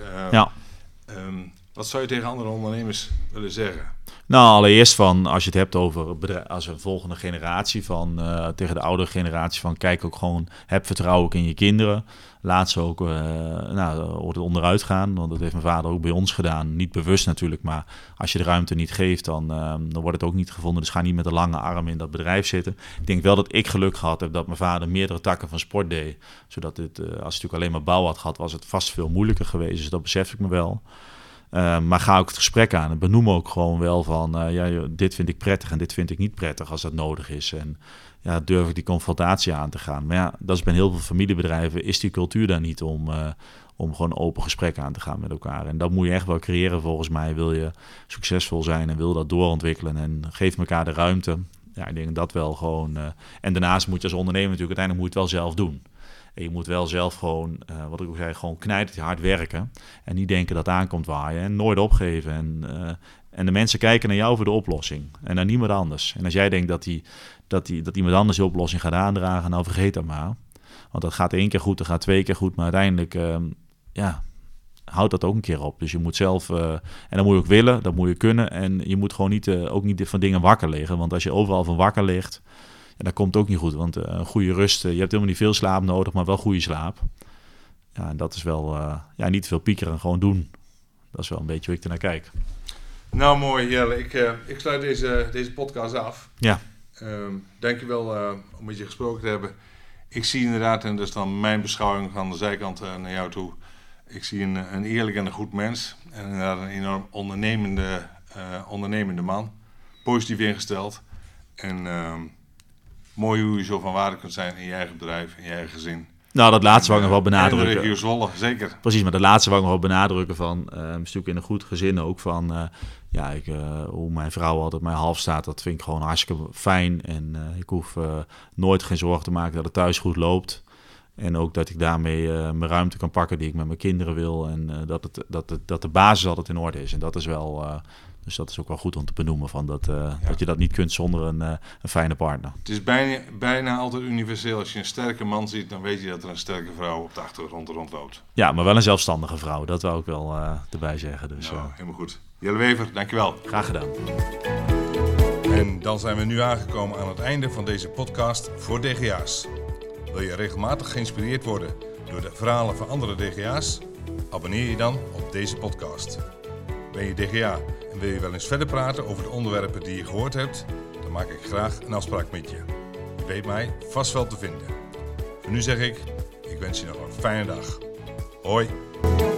Wat zou je tegen andere ondernemers willen zeggen? Nou, allereerst als je het hebt over als een volgende generatie, tegen de oudere generatie, kijk ook gewoon, heb vertrouwen ook in je kinderen. Laat ze ook onderuit gaan, want dat heeft mijn vader ook bij ons gedaan. Niet bewust natuurlijk, maar als je de ruimte niet geeft, dan wordt het ook niet gevonden. Dus ga niet met een lange arm in dat bedrijf zitten. Ik denk wel dat ik geluk gehad heb dat mijn vader meerdere takken van sport deed. Zodat als hij natuurlijk alleen maar bouw had gehad, was het vast veel moeilijker geweest. Dus dat besef ik me wel. Maar ga ook het gesprek aan en benoem ook gewoon wel van dit vind ik prettig en dit vind ik niet prettig als dat nodig is. En durf ik die confrontatie aan te gaan. Maar dat is bij heel veel familiebedrijven, is die cultuur daar niet om gewoon open gesprek aan te gaan met elkaar. En dat moet je echt wel creëren volgens mij. Wil je succesvol zijn en wil dat doorontwikkelen en geef elkaar de ruimte. Ja, ik denk dat wel gewoon. En daarnaast moet je als ondernemer natuurlijk uiteindelijk moet je het wel zelf doen. En je moet wel zelf gewoon, wat ik ook zei, gewoon knijtend hard werken. En niet denken dat het aankomt waaien. En nooit opgeven. En de mensen kijken naar jou voor de oplossing. En naar niemand anders. En als jij denkt dat iemand anders de oplossing gaat aandragen, nou vergeet dat maar. Want dat gaat 1 keer goed, dat gaat 2 keer goed. Maar uiteindelijk, houd dat ook een keer op. Dus je moet zelf, en dat moet je ook willen, dat moet je kunnen. En je moet gewoon ook niet van dingen wakker liggen. Want als je overal van wakker ligt, en dat komt ook niet goed, want een goede rust, je hebt helemaal niet veel slaap nodig, maar wel goede slaap. Ja, en dat is wel, niet te veel piekeren, gewoon doen. Dat is wel een beetje hoe ik ernaar kijk. Nou, mooi Jelle. Ik sluit deze podcast af. Ja. Dankjewel om met je gesproken te hebben. Ik zie inderdaad, en dat is dan mijn beschouwing van de zijkant naar jou toe, ik zie een eerlijk en een goed mens. En inderdaad een enorm ondernemende man. Positief ingesteld. En mooi hoe je zo van waarde kunt zijn in je eigen bedrijf, in je eigen gezin. Nou, dat laatste wou ik nog wel benadrukken. En de regio Zwolle, zeker. Precies, maar dat laatste wou ik nog wel benadrukken van, natuurlijk in een goed gezin ook van, hoe mijn vrouw altijd mij half staat, dat vind ik gewoon hartstikke fijn. En ik hoef nooit geen zorgen te maken dat het thuis goed loopt. En ook dat ik daarmee mijn ruimte kan pakken die ik met mijn kinderen wil. En dat de basis altijd in orde is. En dat is wel, dus dat is ook wel goed om te benoemen van dat je dat niet kunt zonder een fijne partner. Het is bijna altijd universeel. Als je een sterke man ziet, dan weet je dat er een sterke vrouw op de achtergrond rondloopt. Ja, maar wel een zelfstandige vrouw. Dat wou ik wel erbij zeggen. Dus, helemaal goed. Jellewever, dankjewel. Graag gedaan. En dan zijn we nu aangekomen aan het einde van deze podcast voor DGA's. Wil je regelmatig geïnspireerd worden door de verhalen van andere DGA's? Abonneer je dan op deze podcast. Ben je DGA en wil je wel eens verder praten over de onderwerpen die je gehoord hebt? Dan maak ik graag een afspraak met je. Je weet mij vast wel te vinden. Voor nu zeg ik wens je nog een fijne dag. Hoi!